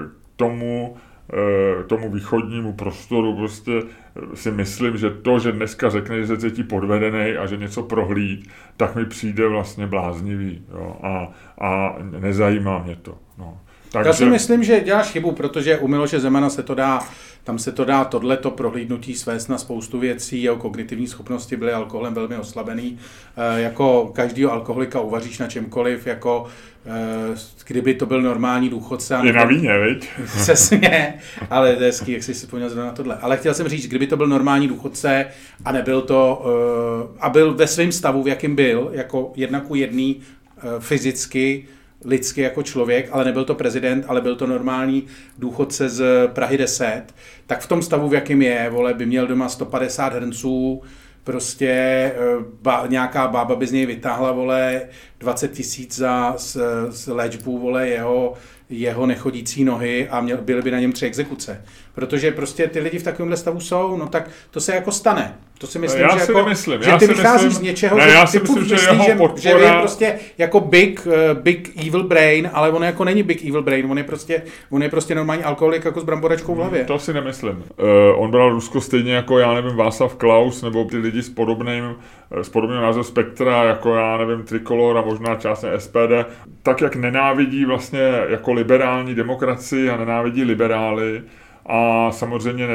tomu východnímu prostoru prostě si myslím, že to, že dneska řekne, že se cítí podvedený a že něco prohlíd, tak mi přijde vlastně bláznivý, jo, a nezajímá mě to. No. Takže... Já si myslím, že děláš chybu, protože u Miloše Zemana se to dá tam se to dá tohleto prohlídnutí svést na spoustu věcí, jeho kognitivní schopnosti byly alkoholem velmi oslabený. Jako každýho alkoholika uvaříš na čemkoliv, jako kdyby to byl normální důchodce. Je na víně, viď? Přesně, ale to je hezký, jak jsi si vzpomněl na tohle. Ale chtěl jsem říct, kdyby to byl normální důchodce a nebyl to, a byl ve svém stavu, v jakým byl, jako 1:1 fyzicky, lidsky jako člověk, ale nebyl to prezident, ale byl to normální důchodce z Prahy 10, tak v tom stavu, v jakým je, vole, by měl doma 150 hrnců, prostě nějaká bába by z něj vytáhla, vole, 20 000 z léčbu, vole, jeho nechodící nohy a byly by na něm 3 exekuce. Protože prostě ty lidi v takovémhle stavu jsou, no tak to se jako stane. To si myslím, že, jako, že ty vycházíš z něčeho, ne, já si myslím, že jeho podpora... že je prostě jako big evil brain, ale on jako není big evil brain, on je prostě normální alkoholik jako s bramboračkou v hlavě. To si nemyslím. On bral Rusko stejně jako, já nevím, Václav Klaus, nebo ty lidi s podobným názorem spektra, jako já nevím, Trikolor a možná částně SPD, tak jak nenávidí vlastně jako liberální demokracii a nenávidí liberály a samozřejmě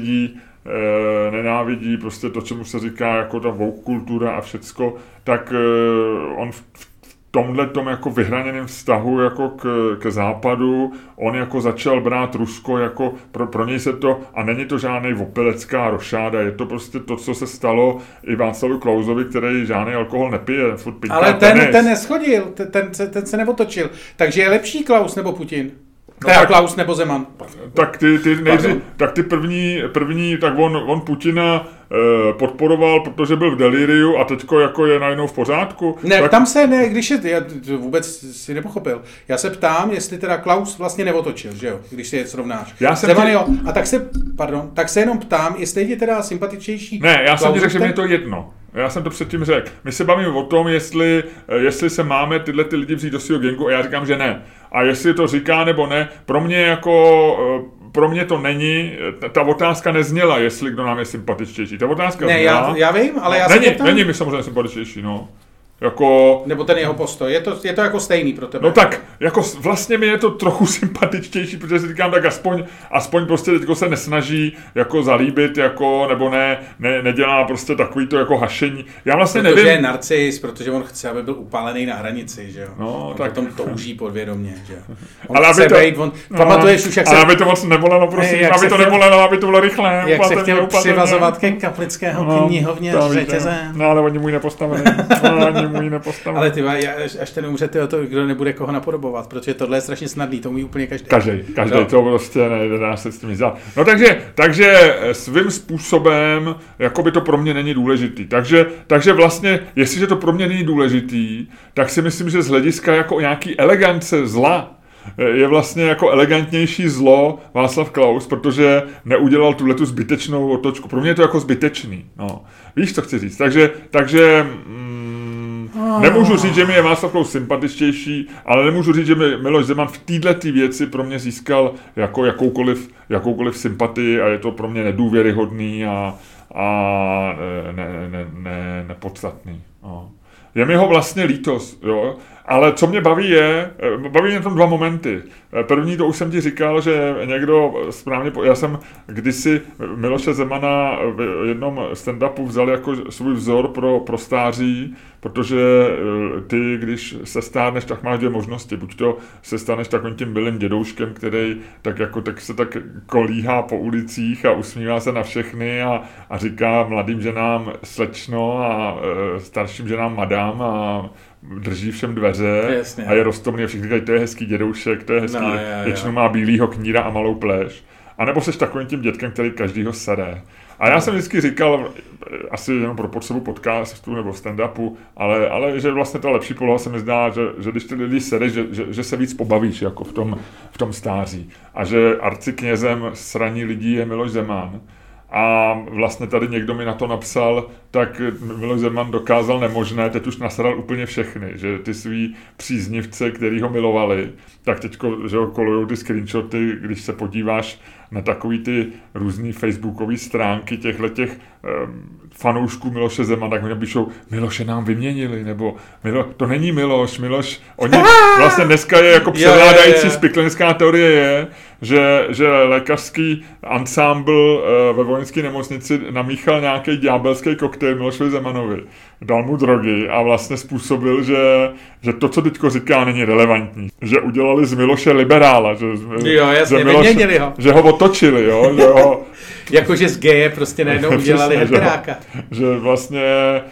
nenávidí prostě to, čemu se říká jako ta woke kultura a všecko, tak on v tomhletom jako vyhraněném vztahu jako k západu, on jako začal brát Rusko jako pro něj se to, a není to žádnej opelecká rošáda, je to prostě to, co se stalo i Václavu Klausovi, který žádný alkohol nepije, furt pinká ale ten neschodil, ten se neotočil, takže je lepší Klaus nebo Putin? No, Klaus nebo Zeman. Tak ty první, tak on Putina podporoval, protože byl v deliriu a teďko jako je najednou v pořádku. Ne, tak... tam se ne, já vůbec si nepochopil. Já se ptám, jestli teda Klaus vlastně neotočil, že jo, když si je srovnáš. Zeman jo, a tak se jenom ptám, jestli je teda sympatičnější. Ne, já jsem ti řekl, že mi je to jedno. Já jsem to předtím řekl. My se bavíme o tom, jestli se máme tyhle ty lidi vzít do svého gangu, a já říkám, že ne. A jestli to říká nebo ne, pro mě to není, ta otázka nezněla, jestli kdo nám je sympatičtější. Ta otázka zněla... já vím, ale já se ptám. Není mi samozřejmě sympatičtější, no. Jako... Nebo ten jeho postoj, je to jako stejný pro tebe. No tak, jako vlastně mi je to trochu sympatičtější, protože si říkám, tak aspoň prostě teďko se nesnaží jako zalíbit, jako, nebo nedělá prostě takový to jako hašení. Já vlastně nevím. Protože je narcis, protože on chce, aby byl upálený na hranici, že jo. No, on tak. Potom touží podvědomě, že jo. Ale aby to, pamatuješ už, jak se... Ale aby to moc nebolelo, prosím, aby to nebolelo, aby to bylo rychle. Jak se chtěl přivazovat ke Kaplického knihovně s řetězem. No, ale oni můj nepostavený. Ale ty, až ten umře, to kdo nebude koho napodobovat, protože tohle je strašně snadný, to umí úplně každý. Každý, to prostě nedá se s tím dělat. No takže svým způsobem, jako by to pro mě není důležitý. Takže vlastně, jestliže to pro mě není důležitý, tak si myslím, že z hlediska jako nějaký elegance zla, je vlastně jako elegantnější zlo Václav Klaus, protože neudělal tuhletu zbytečnou otočku. Pro mě je to jako zbytečný. No. Víš, co chci říct? Takže nemůžu říct, že mi je Václav Klaus sympatičtější, ale nemůžu říct, že mi Miloš Zeman v této věci pro mě získal jako jakoukoliv sympatii a je to pro mě nedůvěryhodný a nepodstatný. No. Je mi ho vlastně lítost, jo. Ale co mě baví mě tam 2 momenty. První, to už jsem ti říkal, že někdo správně, já jsem kdysi Miloše Zemana v jednom stand-upu vzal jako svůj vzor pro stáří, protože ty, když se stárneš, tak máš 2 možnosti. Buď to se staneš takovým tím bylým dědouškem, který tak se kolíhá po ulicích a usmívá se na všechny a říká mladým ženám slečno a starším ženám madam a drží všem dveře. Jasně. A je roztomný a všichni říkají, to je hezký dědoušek, to je hezký, většinou má bílýho kníra a malou pleš. A nebo seš takovým tím dětkem, který každýho sere. A já jsem vždycky říkal, asi jenom pro potřebu podcastu nebo stand-upu, ale že vlastně ta lepší poloha se mi zdá, že když ty lidi sereš, že se víc pobavíš jako v tom stáří. A že arciknězem sraní lidí je Miloš Zeman. A vlastně tady někdo mi na to napsal, tak Miloš Zeman dokázal nemožné, teď už nasral úplně všechny, že ty svý příznivce, který ho milovali, tak teďko, že ho kolujou ty screenshoty, když se podíváš na takový ty různý facebookové stránky těchto fanoušků Miloše Zemana, tak mi píšou, Miloše nám vyměnili, nebo to není Miloš, oni vlastně dneska je jako převládající spiklenická teorie je, že lékařský ansámbl ve vojenské nemocnici namíchal nějaký ďábelský koktejl Milošovi Zemanovi. Dal mu drogy a vlastně způsobil, že to, co teďko říká, není relevantní. Že udělali z Miloše liberála. Vyměnili ho. Že ho otočili, jo. Že ho, jakože z geje prostě najednou udělali heteráka. Že vlastně,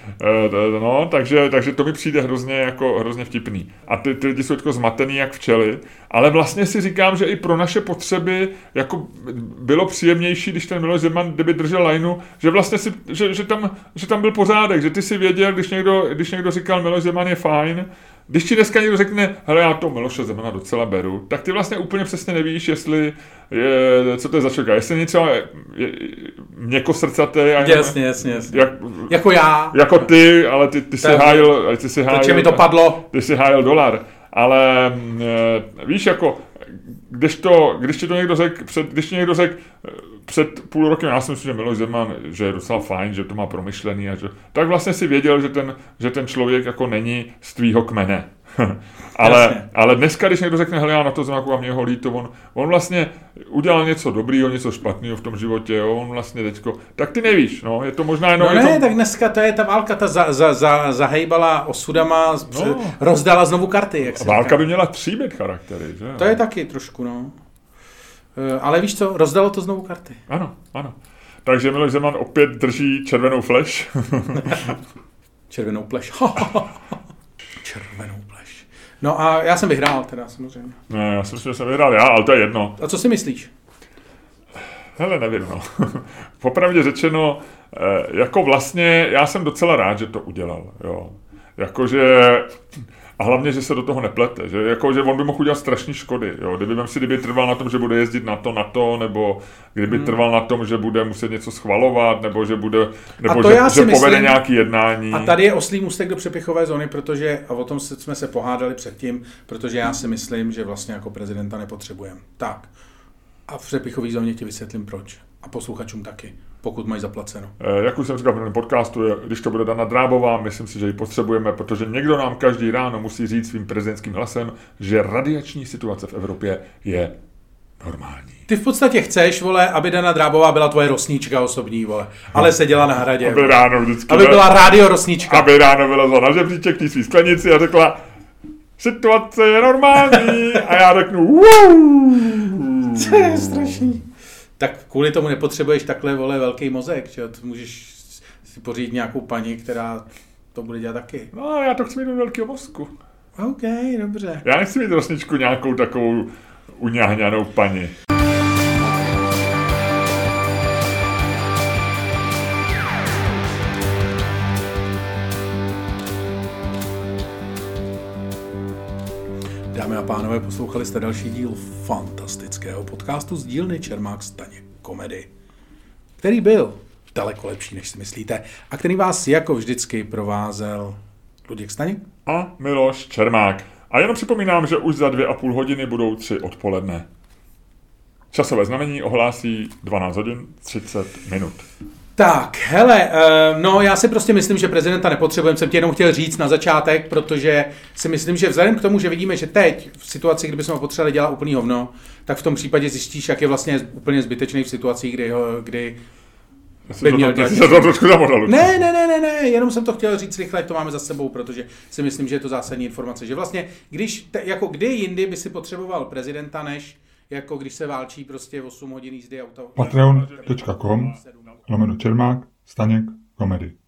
takže to mi přijde hrozně vtipný. A ty lidi jsou jako zmatený jak včely, ale vlastně si říkám, že i pro naše potřeby jako bylo příjemnější, když ten Miloš Zeman, kdyby držel lajnu, že vlastně že tam byl pořádek, že ty si věděl, když někdo říkal Miloš Zeman je fajn, když ti dneska někdo řekne, hele, já to Miloše Zemana docela beru, tak ty vlastně úplně přesně nevíš, co to je za člověka. Jestli něco měkkosrdcatý. Jasně. Jako já. Jako ty, ale ty si hájil. Takže mi to padlo. Ty si hájil dolar. Ale víš, jako, když ti to někdo řekl, před půl rokem, já si myslím, že Miloš Zeman, že je docela fajn, že to má promyšlený, tak vlastně si věděl, že ten člověk jako není z tvýho kmene. ale dneska, když někdo řekne, hele, já na to znaku a mě ho líto, on vlastně udělal něco dobrýho, něco špatného v tom životě, on vlastně teďko, tak ty nevíš, no, je to možná jenom... tak dneska to je ta válka, ta zahejbala osudama, rozdala znovu karty, jak se válka by měla tříbit charaktery, že? To je taky trošku, no. Ale víš co, rozdalo to znovu karty. Ano. Takže Miloš Zeman opět drží červenou fleš. Červenou pleš. Červenou pleš. No a já jsem vyhrál teda samozřejmě. Ne, já si myslím, že jsem vyhrál já, ale to je jedno. A co si myslíš? Hele, nevím, no. Popravdě řečeno, jako vlastně, já jsem docela rád, že to udělal, jo. Jakože... A hlavně, že se do toho neplete, že on by mohl udělat strašný škody, jo. Kdyby trval na tom, že bude jezdit na to, nebo kdyby trval na tom, že bude muset něco schvalovat, nebo že povede nějaký jednání. A tady je oslý můstek do přepichové zóny, a o tom jsme se pohádali předtím, protože já si myslím, že vlastně jako prezidenta nepotřebujeme. Tak. A v přepichové zóně ti vysvětlím proč. A posluchačům taky, pokud mají zaplaceno. Jak už jsem říkal v tom podcastu, když to bude Dana Drábová, myslím si, že ji potřebujeme, protože někdo nám každý ráno musí říct svým prezidentským hlasem, že radiační situace v Evropě je normální. Ty v podstatě chceš, vole, aby Dana Drábová byla tvoje rosnička osobní, vole, ale seděla na hradě. Aby byla rádio rosnička. Aby ráno vylezla na žebříček té svý sklenici a řekla, situace je normální a já řeknu wow. To je strašný. Tak kvůli tomu nepotřebuješ takhle, vole, velký mozek, že? Můžeš si pořídit nějakou paní, která to bude dělat taky. No, já to chci mít do velkého mozku. OK, dobře. Já nechci mít rosničku nějakou takovou uňahňanou paní. Dámy a pánové, poslouchali jste další díl fantastického podcastu z dílny Čermák Staněk Komedy, který byl daleko lepší, než si myslíte, a který vás jako vždycky provázel Luděk Staněk a Miloš Čermák. A jenom připomínám, že už za 2,5 hodiny budou 3 odpoledne. Časové znamení ohlásí 12 hodin 30 minut. Tak, hele, no já si prostě myslím, že prezidenta nepotřebujeme, jsem ti jenom chtěl říct na začátek, protože si myslím, že vzhledem k tomu, že vidíme, že teď v situaci, kdyby jsme ho potřebovali dělat úplný hovno, tak v tom případě zjistíš, jak je vlastně úplně zbytečný v situacích, kdy by měl dělat. Ne, jenom jsem to chtěl říct rychle, to máme za sebou, protože si myslím, že je to zásadní informace, že vlastně, jako kdy jindy by si potřeboval prezidenta, než jako když se válčí prostě 8 hodin jízdy auta. Patreon.com/Čermák Staněk Komedy.